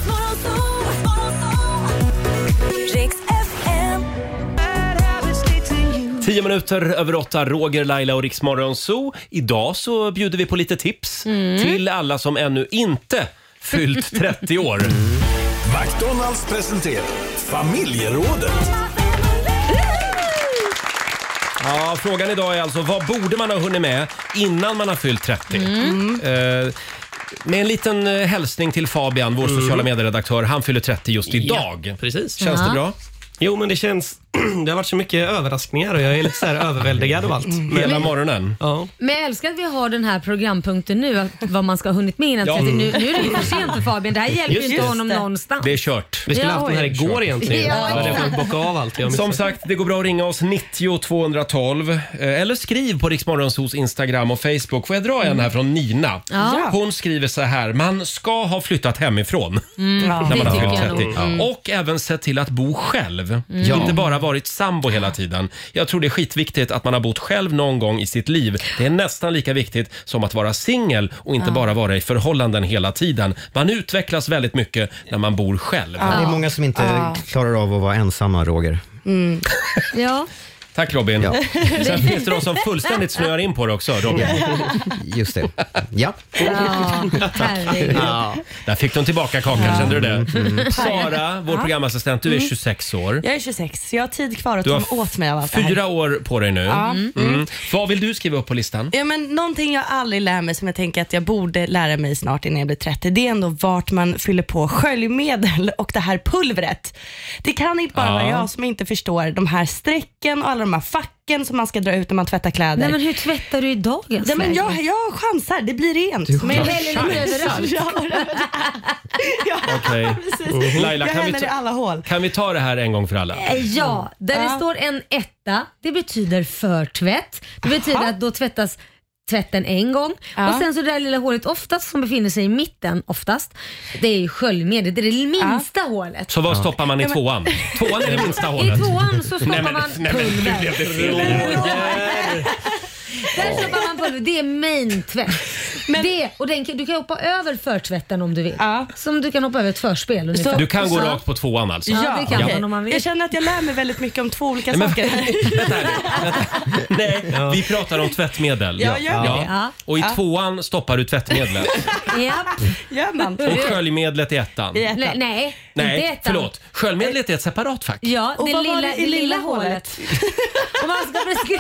Tio minuter över åtta, Roger, Laila och Riksmorgon Zoo. Idag så bjuder vi på lite tips mm. till alla som ännu inte fyllt trettio år. Mm. McDonalds presenterar Familjerådet. Ja, frågan idag är alltså, vad borde man ha hunnit med innan man har fyllt trettio? Mm. Uh, med en liten hälsning till Fabian, vår mm. sociala medieredaktör. Han fyller trettio just idag. Ja, precis. Känns ja. det bra? Jo, men det känns... Det har varit så mycket överraskningar och jag är lite så här överväldigad av allt. Mm. Hela morgonen. Ja. Men jag älskar att vi har den här programpunkten nu, att vad man ska ha hunnit med innan. Ja. Nu, nu är det ju för sent för Fabian. Det här hjälper ju inte honom det. någonstans. Det är kört. Vi skulle ja, haft den här igår egentligen. Ja, ja. Jag får bocka av allt. Som sagt, det går bra att ringa oss nittio tvåhundratolv eller skriv på Riksmorgonsos Instagram och Facebook. Får jag dra en här från Nina? Ja. Hon skriver så här: man ska ha flyttat hemifrån mm. ja, när man har fyllt trettio. Mm. Och även sett till att bo själv. Mm. Inte bara varit sambo hela tiden. Jag tror det är skitviktigt att man har bott själv någon gång i sitt liv. Det är nästan lika viktigt som att vara singel och inte ja. bara vara i förhållanden hela tiden. Man utvecklas väldigt mycket när man bor själv. Ja, det är många som inte ja. klarar av att vara ensamma, Roger. Mm. Ja. Tack Robin. Ja. Sen finns det de som fullständigt snöar in på det också, Robin. Just det. Ja. Ja, ja. Där fick de tillbaka kakan, ja. Kände du det? Mm. Sara, vår ja. programassistent, du är tjugosex år. Jag är tjugosex, så jag har tid kvar att ta åt mig av allt det här. Fyra år på dig nu. Ja. Mm. Mm. Vad vill du skriva upp på listan? Ja, men någonting jag aldrig lär mig som jag tänker att jag borde lära mig snart innan jag blir trettio, det är ändå vart man fyller på sköljmedel och det här pulvret. Det kan inte bara ja. vara jag som inte förstår de här strecken och alla de här facken som man ska dra ut när man tvättar kläder. Nej, men hur tvättar du i dagens Nej, men jag, jag chansar, det blir rent. Du men jag häller lite överallt. Ja, okay. precis. Laila, jag kan vi, häller i alla hål. Kan vi ta det här en gång för alla? Ja, där det står en etta, det betyder förtvätt. Det betyder Aha. att då tvättas tvätten en gång ja. och sen så det där lilla hålet oftast som befinner sig i mitten oftast, det är ju sköljmedel, det är det minsta ja. hålet. Så vad stoppar man i tvåan? Tvåan är det minsta hålet. I tvåan så stoppar nej, men, man nej, pulver. Men, det fel. Där stoppar man pulver, det är main tvätt. Men, det, och den, du kan hoppa över förtvätten om du vill. Ja. Som du kan hoppa över ett förspel ungefär. Så, du kan gå så. rakt på tvåan alltså? Ja, ja. det kan ja. man om man vill. Jag känner att jag lär mig väldigt mycket om två olika men, saker. Vänta, vänta. Nej, ja. vi pratar om tvättmedel. Ja, gör ja. ja. Och i ja. tvåan stoppar du tvättmedlet. Japp. Gör man. Och sköljmedlet i ettan. I ettan. Nej, nej, nej inte ettan. Förlåt. Sköljmedlet är ett separat fack. Ja, och det vad lilla, var det i lilla, lilla hålet. Och man ska beskriva...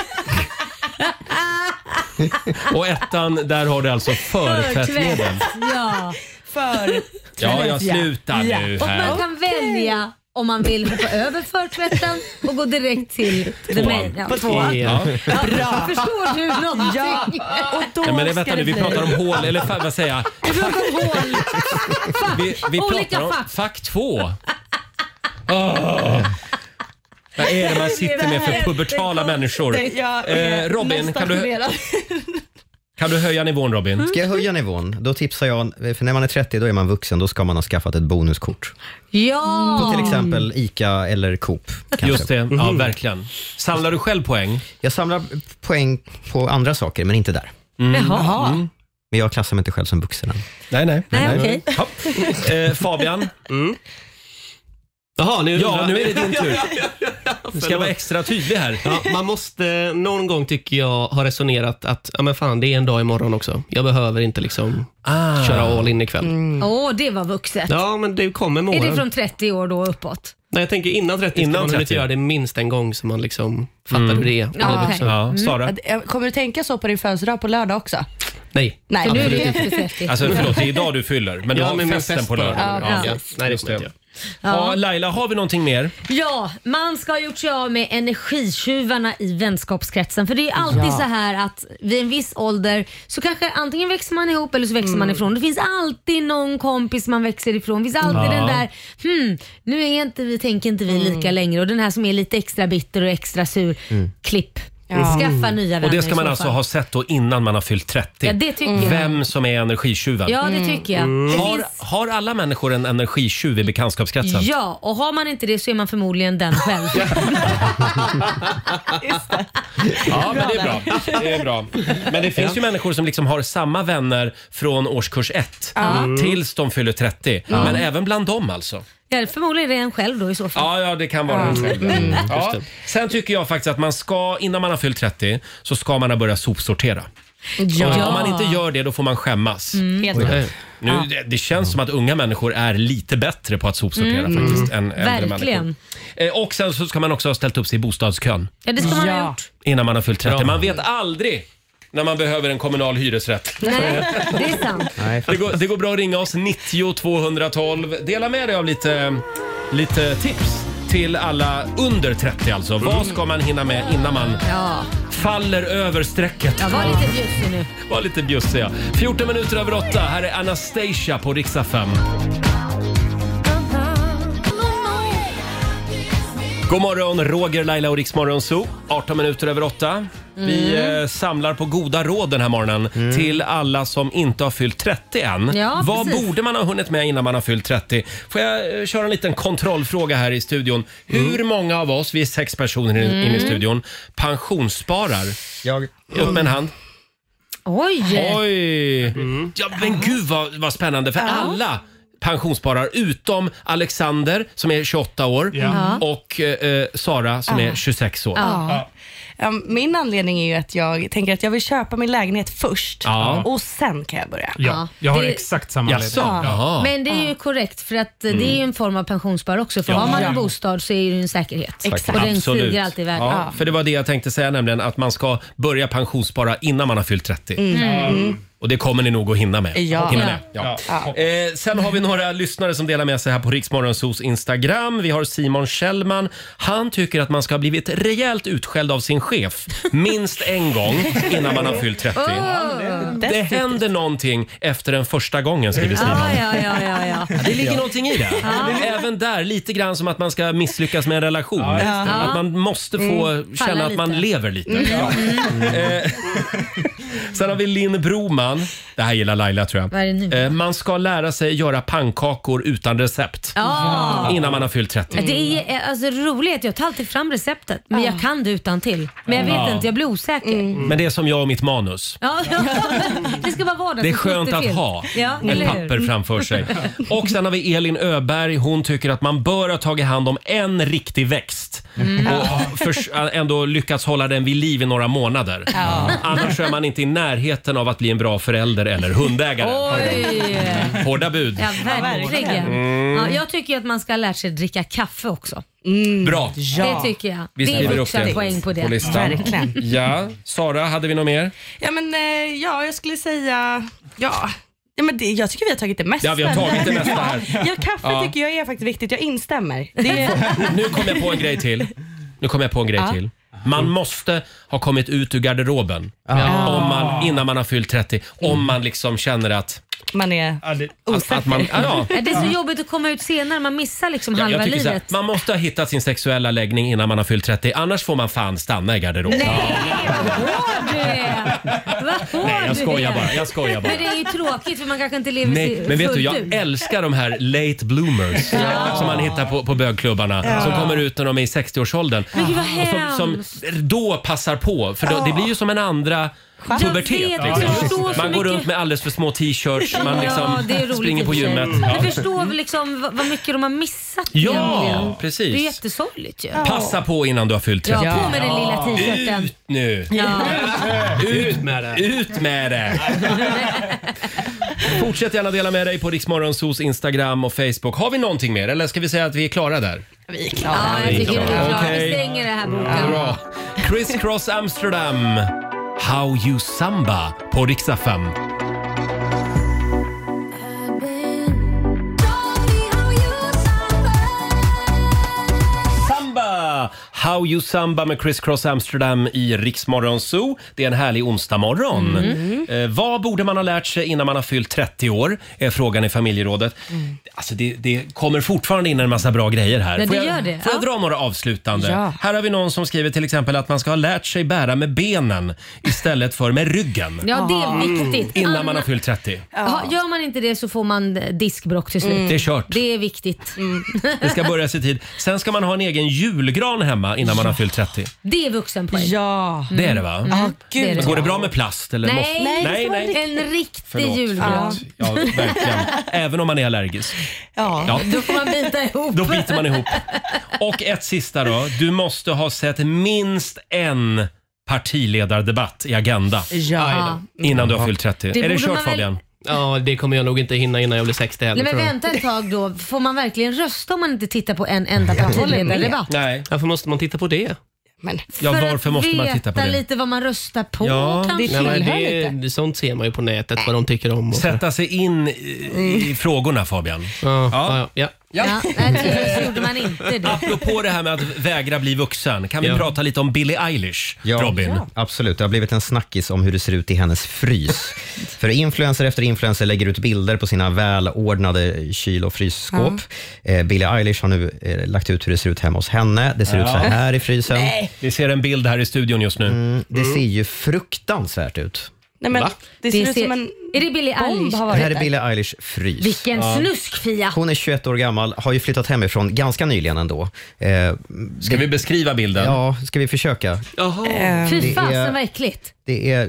Och ettan, där har du alltså förtvättmedel. Ja, för Ja, jag slutar ja. nu och här. man kan välja om man vill hoppa över förtvätten och gå direkt till the main. Ja, på tvåan. Ja. Ja, bra. Förstår du någonting? Ja. Och då ja, men det, vänta nu, vi pratar om hål, eller fa, vad säger jag? Vi pratar om hål. Fack. Vi, vi pratar om fack, fack två. Oh. Vad är det man sitter med för pubertala människor? Eh, Robin, kan du, Kan du höja nivån, Robin? Ska jag höja nivån? Då tipsar jag, för när man är trettio då är man vuxen, då ska man ha skaffat ett bonuskort. Ja! På till exempel ICA eller Coop. Kanske. Just det, ja verkligen. Samlar du själv poäng? Jag samlar poäng på andra saker, men inte där. Mm. Jaha. Mm. Men jag klassar mig inte själv som vuxen än. Nej, nej. Nej, okej. Ja. Eh, Fabian? Mm. Jaha, nu, Ja, nu är det din tur. Du ska vara extra tydlig här. Ja, man måste någon gång, tycker jag, ha resonerat att ja, men fan, det är en dag imorgon också. Jag behöver inte liksom ah. köra all in ikväll. Åh, mm. oh, det var vuxet. Ja, men det kommer morgon. Är det från trettio år då uppåt? Nej, jag tänker innan trettio innan ska man trettio. inte göra det minst en gång så man liksom fattar Mm. hur det är. Ja, okay. Ja, Sara? Mm. Kommer du tänka så på din födelsedag på lördag också? Nej. Nej. För nu är det efter trettio. Alltså förlåt, det är idag du fyller. Men du Ja, har men min festen fest på lördag. Ja, Ja, ja. ja. Nej, det kommer jag inte. Ja, Laila, har vi någonting mer? Ja, man ska ha gjort sig av med energitjuvarna i vänskapskretsen. För det är alltid Ja. så här att vid en viss ålder så kanske antingen växer man ihop eller så växer man ifrån. Det finns alltid någon kompis man växer ifrån. Det finns alltid Ja. den där, hmm, nu är inte vi, tänker inte vi lika längre. Och den här som är lite extra bitter och extra sur. Klipp. Skaffa nya vänner. Och det ska i man så alltså fall. ha sett då innan man har fyllt trettio. Ja, det tycker jag. Vem som är energitjuven. Ja, det tycker jag. Det Har, finns... har alla människor en energitjuv i bekantskapskretsen? Ja, och har man inte det så är man förmodligen den själv. Just det. Ja, men det är bra. Det är bra. Men det finns ju människor som liksom har samma vänner från årskurs ett Mm. tills de fyller trettio. Men även bland dem alltså. Ja, förmodligen är det en själv då i så fall. Ja, ja det kan vara en själv. Mm. Ja. Sen tycker jag faktiskt att man ska, innan man har fyllt trettio, så ska man ha börjat sopsortera. Ja. Om man inte gör det, då får man skämmas. Mm. Oj. Nu, det, det känns som att unga människor är lite bättre på att sopsortera Mm. faktiskt än äldre Verkligen. människor. Eh, och sen så ska man också ha ställt upp sig i bostadskön Ja, det ska man ha Ja. gjort. innan man har fyllt trettio. Bra. Man vet aldrig när man behöver en kommunal hyresrätt. Nej, det är sant. Det går, det går bra att ringa oss nittio tvåhundratolv. Dela med dig av lite, lite tips till alla under trettio alltså. Vad ska man hinna med innan man Ja, faller över strecket? jag var lite bjussig nu. Var lite bjussig, ja. fjorton minuter över åtta. Här är Anastasia på Riksa fem. God morgon, Roger, Laila och Riksmorgon Zoo. arton minuter över åtta. Vi eh, samlar på goda råd den här morgonen till alla som inte har fyllt trettio än. Ja, Vad precis. borde man ha hunnit med innan man har fyllt trettio? Får jag eh, köra en liten kontrollfråga här i studion? Hur många av oss, vi är sex personer in, in i studion, pensionssparar? Jag. Upp med en hand. Oj! Oj! Ja, men gud vad, vad spännande för alla pensionssparar utom Alexander som är tjugoåtta år Ja. och eh, Sara som är tjugosex år. Ja. Ja, min anledning är ju att jag tänker att jag vill köpa min lägenhet först Ja. och sen kan jag börja. Ja, jag har Det- exakt samma Jaså? anledning. Jaha. Men det är ju korrekt för att eh, det är ju en form av pensionsspar också. För Ja. har man en Ja. bostad så är det ju en säkerhet. Exakt. Och den Absolut. stiger alltid i värde. Ja, för det var det jag tänkte säga, nämligen att man ska börja pensionsspara innan man har fyllt trettio. Mm. Och det kommer ni nog att hinna med. Ja. Hinna Ja. med. Ja. Ja. Eh, sen har vi några lyssnare som delar med sig här på Riksmorgonsos Instagram. Vi har Simon Kjellman. Han tycker att man ska ha blivit rejält utskälld av sin chef minst en gång innan man har fyllt trettio. Det händer någonting efter den första gången, skriver Simon. Ja, ja, ja, ja, ja. Det ligger någonting i det. Även där, lite grann som att man ska misslyckas med en relation. Att man måste få känna Falla att man lite. lever lite. Eh, Sen har vi Linn Broman. Det här gillar Laila, tror Vad är det jag. nu? Eh, Man ska lära sig göra pannkakor utan recept Ja. innan man har fyllt trettio. Det är alltså roligt. Jag tar alltid fram receptet. Men jag kan det utan till. Men jag vet Ja. inte, jag blir osäker. Men det är som jag och mitt manus. Ja, det ska bara vara Det är skönt att ha ja, ett eller hur? papper framför sig. Och sen har vi Elin Öberg. Hon tycker att man bör ha tagit hand om en riktig växt. Mm. Och förs- ändå lyckats hålla den vid liv i några månader. Ja. Annars är man inte i närheten av att bli en bra förälder eller hundägare. Oj! Hårda bud. Ja, verkligen. Mm. Ja, jag tycker att man ska lära sig dricka kaffe också. Bra. Det tycker jag. Vi det är skriver upp vuxen det poäng på det. på listan. Verkligen. Ja, Sara, hade vi något mer? Ja, men eh, ja, jag skulle säga ja. Ja, men det, jag tycker vi har tagit det mesta. Ja, vi har tagit det mesta här. Ja, kaffe Ja. tycker jag är faktiskt viktigt. Jag instämmer. Det är, Nu kom jag på en grej till. Nu kom jag på en grej Ja. till. Man måste ha kommit ut ur garderoben Ja. om man, innan man har fyllt trettio. Om man liksom känner att... man är att, att man, ja, ja. Ja, det är så jobbigt att komma ut senare. Man missar liksom Ja, halva jag tycker så här, livet. man måste ha hittat sin sexuella läggning innan man har fyllt trettio. Annars får man fan stanna i garderoben. Nej, det. Nej, jag skojar bara. Jag skojar bara. Men det är ju tråkigt för man kanske inte lever Nej, sig men vet fullt du, jag ut. älskar de här late bloomers Ja. som man hittar på, på bögklubbarna Ja. som kommer ut när de är i sextioårsåldern. Men gud vad Och som, hemskt. som då passar på, för då, det blir ju som en andra Jag pubertet. vet, Liksom. jag förstår så Man går mycket. runt med alldeles för små t-shirts, man Ja, liksom det är roligt springer i på och för sig. gymmet. Men Ja. du förstår väl liksom vad- vad mycket de har missat Ja, egentligen. precis. Det är jättesorgligt ju. Passa på innan du har fyllt trettio. Ja, på med den lilla t-shirten. Ut nu! Ja. Ut med det! Ut med det! Fortsätt gärna dela med dig på Riksmorgonsos Instagram och Facebook. Har vi någonting mer eller ska vi säga att vi är klara där? Vi är klara. Ja, jag tycker vi är klara. Okej. Vi stänger det här boken. Bra. Criss Cross Amsterdam. How You Samba på Rix F M. Samba! How You Samba med Criss Cross Amsterdam i Rix Morgon Zoo. Det är en härlig onsdagmorgon. Mm. Eh, vad borde man ha lärt sig innan man har fyllt trettio år? Är frågan i familjerådet. Mm. Alltså det, det kommer fortfarande in en massa bra grejer här. Men Får det jag, gör det, får jag ja. dra några avslutande? Ja. Här har vi någon som skriver till exempel att man ska ha lärt sig bära med benen istället för med ryggen. Ja, det är viktigt. Innan man Anna- har fyllt trettio. Ja, gör man inte det så får man diskbråck till slut. Mm. Det är kört. Det är viktigt. Det ska börja i tid. Sen ska man ha en egen julgran hemma innan man har fyllt trettio. Det är vuxenpoäng. Ja. Det är det va? Mm. Ja, Det är gud. det. Går det bra med plast? Eller Nej, måste- nej, nej, nej. en riktig Förlåt, julgran. förlåt. Ja, verkligen. Även om man är allergisk. Ja. Ja. Då får man bita ihop. Då biter man ihop. Och ett sista då. Du måste ha sett minst en partiledardebatt i Agenda Ja. innan du har fyllt trettio. Det är det borde kört man väl- Fabian? Ja, det kommer jag nog inte hinna innan jag blir sextio heller. Nej, men tror jag. vänta ett tag då. Får man verkligen rösta om man inte tittar på en enda partiledardebatt? Nej. Varför måste man titta på det? Men Ja, För varför att måste man titta på veta det? lite vad man röstar på Ja, kanske. Nej, men Tillhör det, lite. det, sånt ser man ju på nätet vad de tycker om. Och så. Sätta sig in i, i frågorna Fabian. Ja, ja. Ja. Ja, nej, tydligen så gjorde man inte det. Apropå det här med att vägra bli vuxen. Kan vi Ja. prata lite om Billie Eilish, Robin? Ja, absolut. Det har blivit en snackis om hur det ser ut i hennes frys. För influencer efter influencer lägger ut bilder på sina välordnade kyl- och frysskåp. Eh, Billie Eilish har nu eh, lagt ut hur det ser ut hemma hos henne. Det ser ut så här i frysen. Nej. Vi ser en bild här i studion just nu. Mm, det ser ju fruktansvärt ut. Nej, men Va? det ser Det ut ser- som en Är det Billie bomb Eilish? har Det varit här är där. Billie Eilish frys. Vilken Ja. snuskfia. Hon är tjugoett år gammal, har ju flyttat hemifrån ganska nyligen ändå. Eh, Ska vi beskriva bilden? Ja, ska vi försöka? Jaha. Fy Det fasen är- vad äckligt. Det är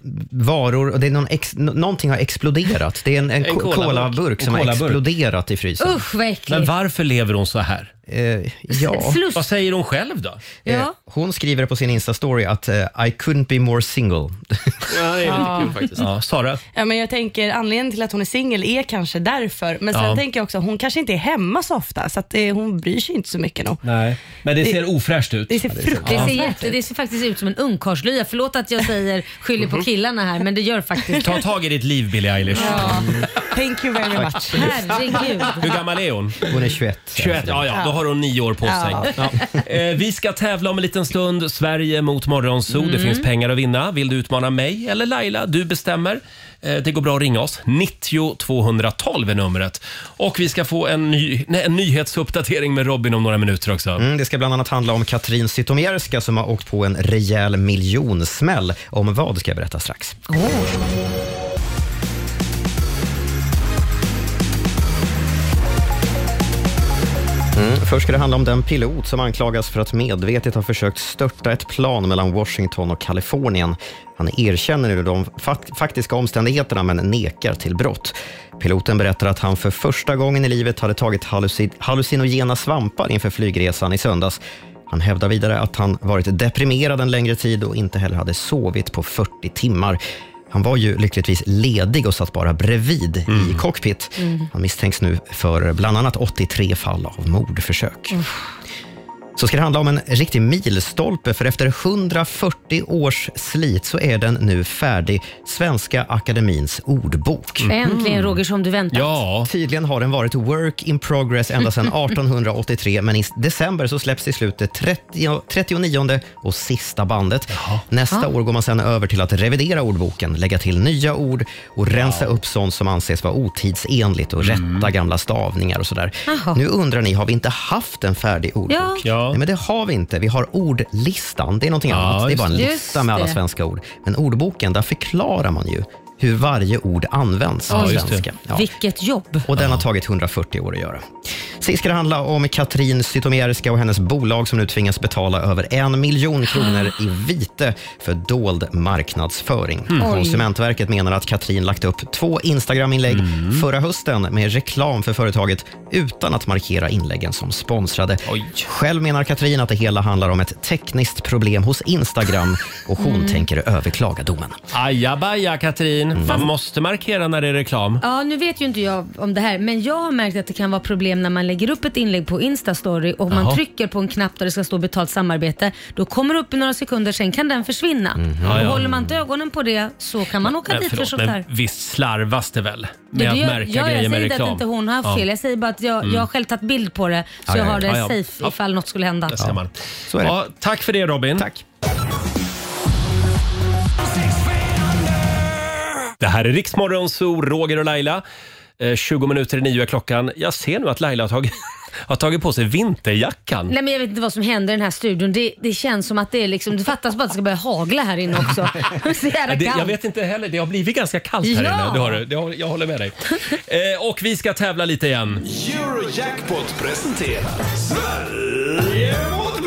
varor och det är någon ex, n- någonting har exploderat. Det är en, en, En ko- colaburk. colaburk som En har colaburk. exploderat i frysen. Usch vad äckligt. Men varför lever hon så här? Eh, ja. Sluss. Vad säger hon själv då? Eh, Ja. hon skriver på sin Insta-story att eh, I couldn't be more single. Ja, det är lite kul faktiskt. Ja, Sara? Ja, men jag tänker anledningen till att hon är singel är kanske därför. Men sen Ja. tänker jag också hon kanske inte är hemma så ofta så att det, hon bryr sig inte så mycket nog. Nej. Men det Det- ser ofräscht ut. Det ser Det fruktansvärt ser, jätte, det ser faktiskt ut som en ungkarlslya. Förlåt att jag säger skyller på killarna här, men det gör faktiskt. Ta tag i ditt liv Billie Eilish. Ja. Thank you very much. Herregud. Hur gammal är hon? Hon är tjugoett. tjugoett, ja, ja, då har hon nio år på sig. Ja. Eh, vi ska tävla om en liten stund. Sverige mot Morgonzoo. Det finns pengar att vinna. Vill du utmana mig eller Laila? Du bestämmer. Eh, det går bra att ringa oss. nittio tvåhundratolv är numret. Och vi ska få en, ny, nej, en nyhetsuppdatering med Robin om några minuter också. Mm, det ska bland annat handla om Katrin Zytomierska som har åkt på en rejäl miljonsmäll. Om vad ska jag berätta strax. Mm, först ska det handla om den pilot som anklagas för att medvetet ha försökt störta ett plan mellan Washington och Kalifornien. Han erkänner nu de fak- faktiska omständigheterna men nekar till brott. Piloten berättar att han för första gången i livet hade tagit hallucin- hallucinogena svampar inför flygresan i söndags. Han hävdar vidare att han varit deprimerad en längre tid och inte heller hade sovit på fyrtio timmar. Han var ju lyckligtvis ledig och satt bara bredvid i cockpit. Han misstänks nu för bland annat åttiotre fall av mordförsök. Så ska det handla om en riktig milstolpe, för efter hundrafyrtio års slit så är den nu färdig. Svenska Akademins ordbok. Äntligen Roger, som du väntat. Ja. Tydligen har den varit work in progress ända sedan arton åttiotre, men i december så släpps till slut det trettio, trettionionde och sista bandet. Nästa Ja. år går man sedan över till att revidera ordboken, lägga till nya ord och rensa upp sånt som anses vara otidsenligt och rätta gamla stavningar och sådär. Jaha. Nu undrar ni, har vi inte haft en färdig ordbok? Ja. Ja, Ja. Nej, men det har vi inte. Vi har ordlistan. Det är någonting Ja, annat. Det är bara en just det. lista med alla Just det. svenska ord. Men ordboken, där förklarar man ju hur varje ord används på Oj. svenska. Ja. Vilket jobb. Och den har tagit hundrafyrtio år att göra. Sist ska det handla om Katrin Zytomierska och hennes bolag som nu tvingas betala över en miljon kronor i vite för dold marknadsföring. Mm. Oj. Konsumentverket menar att Katrin lagt upp två Instagram-inlägg Mm. förra hösten med reklam för företaget utan att markera inläggen som sponsrade. Själv menar Katrin att det hela handlar om ett tekniskt problem hos Instagram och hon Mm. tänker överklaga domen. Ajabaja, Katrin. Mm. Man måste markera när det är reklam. Ja, nu vet ju inte jag om det här, men jag har märkt att det kan vara problem när man lägger upp ett inlägg på Instastory och man Jaha. trycker på en knapp där det ska stå betalt samarbete. Då kommer det upp i några sekunder, sen kan den försvinna. Mhm. Ja, ja. Och håller man inte ögonen på det så kan man åka Men dit för förlåt, sånt här. men visst slarvas det väl med Det att gör- märka ja, grejer jag med säger inte reklam? att inte hon har haft Ja. fel. Jag säger bara att jag, Mm. jag har själv tagit bild på det så Ja, jag ja, har det ja, ja. safe Ja. ifall något skulle hända. Det ser man. Så är det. Ja, tack för det, Robin. Tack. Det här är Riksmorgon Zoo, Roger och Laila. Eh, tjugo minuter i nio är klockan. Jag ser nu att Laila har tagit, har tagit på sig vinterjackan. Nej, men jag vet inte vad som händer i den här studion. Det, det känns som att det är liksom, det fattas bara att det ska börja hagla här inne också. Det är så jävla Nej, det, jag kallt. vet inte heller, det har blivit ganska kallt här Ja. inne. Det har det. Det har, jag håller med dig. Eh, och vi ska tävla lite igen. Eurojackpot presenterar Sverige mot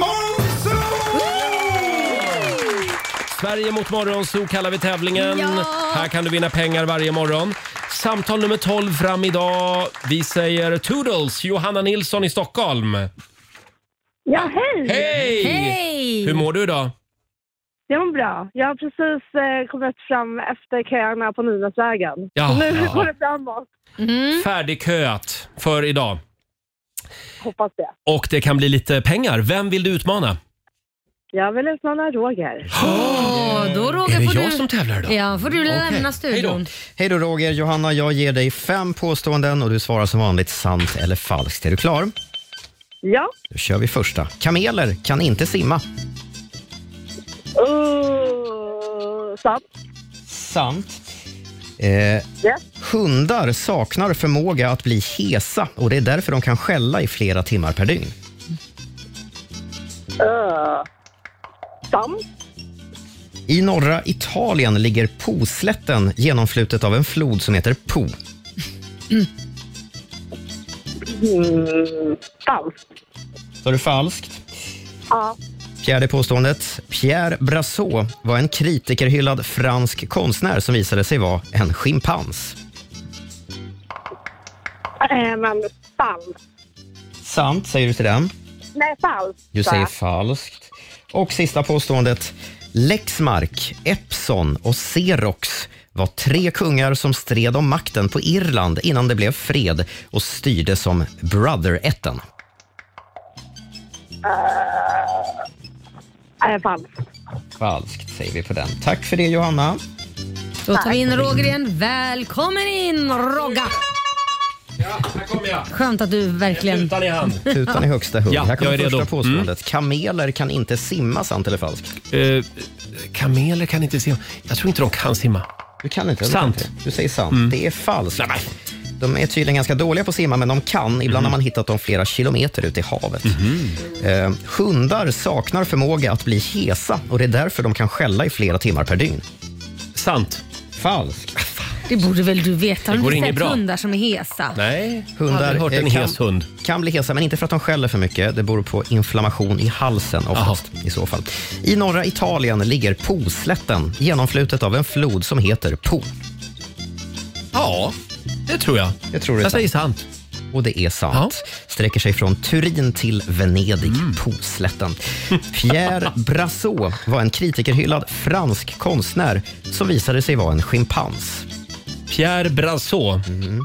Sverige mot Morgonzoo kallar vi tävlingen. Ja. Här kan du vinna pengar varje morgon. Samtal nummer tolv fram idag. Vi säger Toodles, Johanna Nilsson i Stockholm. Ja, hej! Hej! Hej! Hur mår du idag? Jag mår bra. Jag har precis eh, kommit fram efter köerna på Nynäsvägen. Ja. Så nu Ja. går det framåt. Färdigköat för idag. Hoppas det. Och det kan bli lite pengar. Vem vill du utmana? Jag vill utmana Roger. Åh, då Roger Är det får jag du, som tävlar idag? Ja, får du lämna studion. Hej då Roger, Johanna, jag ger dig fem påståenden och du svarar som vanligt sant eller falskt. Är du klar? Ja. Då kör vi första. Kameler kan inte simma. Uh, sant. Sant. Eh, Hundar saknar förmåga att bli hesa och det är därför de kan skälla i flera timmar per dygn. Uh, sant. I norra Italien ligger Po-slätten genomflutet av en flod som heter Po. Mm, falskt. Så är det falskt. Ja. Fjärde påståendet. Pierre Brassot var en kritikerhyllad fransk konstnär som visade sig vara en schimpans. Äh, men falskt. Sant, säger du till den. Nej, falskt. Du säger falskt. Och sista påståendet. Lexmark, Epson och Xerox var tre kungar som stred om makten på Irland innan det blev fred och styrde som Brother-ätten. Äh, falskt. Falskt säger vi på den. Tack för det, Johanna. Då tar vi in Roger igen. Välkommen in, Rogga! Ja, här kommer jag. Skönt att du verkligen... Tutan i hand. Tutan i högsta hugg. Ja, Här kommer jag är första redo. påståendet. Kameler kan inte simma, sant eller falskt? Eh, kameler kan inte simma. Jag tror inte de kan simma. Du kan inte? Sant. Du säger sant. Mm. Det är falskt. De är tydligen ganska dåliga på att simma, men de kan. Ibland har man hittat dem flera kilometer ut i havet. Eh, hundar saknar förmåga att bli hesa och det är därför de kan skälla i flera timmar per dygn. Sant. Falskt. Det borde väl du veta. Har Det du går inte inget sett bra. hundar som är hesa? Nej, Hundar aldrig hört en eh, kan, hes hund. kan bli hesa, men inte för att de skäller för mycket. Det beror på inflammation i halsen oftast i så fall. I norra Italien ligger Po-slätten, genomflutet av en flod som heter Po. Ja, det tror jag. Jag tror det är Jag säger sant. Och det är sant. Sträcker sig från Turin till Venedig, Po-slätten. Pierre Brassot var en kritikerhyllad fransk konstnär som visade sig vara en schimpans. Pierre Brassot.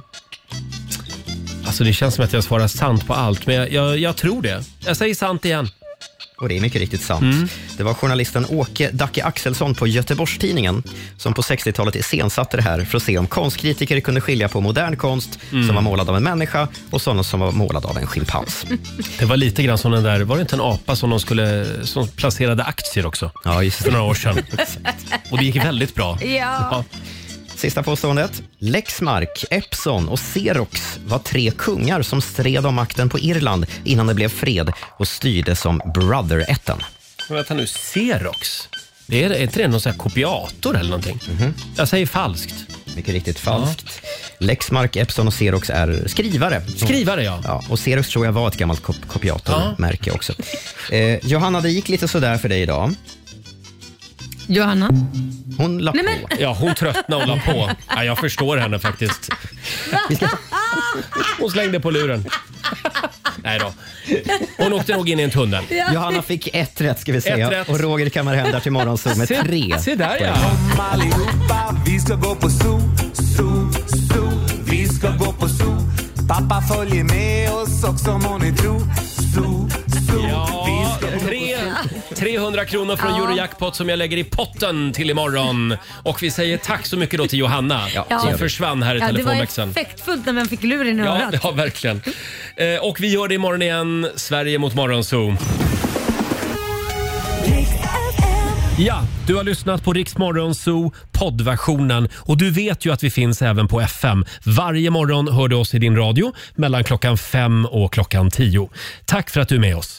Alltså det känns som att jag svarar sant på allt, men jag, jag, jag tror det. Jag säger sant igen. Och det är mycket riktigt sant. Mm. Det var journalisten Åke Dacke Axelsson på Göteborgstidningen som på sextiotalet iscensatte det här för att se om konstkritiker kunde skilja på modern konst Mm. som var målad av en människa och sådana som var målad av en schimpans. Det var lite grann som den där, var det inte en apa som de skulle, som placerade aktier också? Ja, just det. För några år sedan. Och det gick väldigt bra. Ja. Sista påståendet. Lexmark, Epson och Xerox var tre kungar som stred om makten på Irland innan det blev fred och styrde som Brother-ätten. Vänta nu, Xerox? Det är, är inte det någon sån här kopiator eller någonting? Mm-hmm. Jag säger falskt. Mycket riktigt falskt. Ja. Lexmark, Epson och Xerox är skrivare. Skrivare, ja. ja och Xerox tror jag var ett gammalt kop- kopiatormärke ja. också. Eh, Johanna, det gick lite sådär för dig idag. Johanna? Hon la Nej, på. men... Ja, hon tröttnade och la på. Ja, jag förstår henne faktiskt. Hon slängde på luren. Nej då. Hon åkte nog in i en tunnel. Ja. Johanna fick ett rätt ska vi säga. Rätt. Och Roger kammar hem där till morgonsol med se, tre. Se där ja. Kom allihopa, vi ska gå på zoo, zoo, zoo. Vi ska gå på zoo. Pappa följer med oss också må ni tro. Zoo, zoo. Ja, tre, trehundra kronor från ja. Eurojackpot som jag lägger i potten till imorgon. Och vi säger tack så mycket då till Johanna ja. som försvann här i ja, telefonväxeln. Det var effektfullt när man fick luren i ja, örat. ja, verkligen. Eh, och vi gör det imorgon igen. Sverige mot Morgonzoo. Ja, du har lyssnat på Rix Morgonzoo poddversionen och du vet ju att vi finns även på F M. Varje morgon hör du oss i din radio mellan klockan fem och klockan tio. Tack för att du är med oss.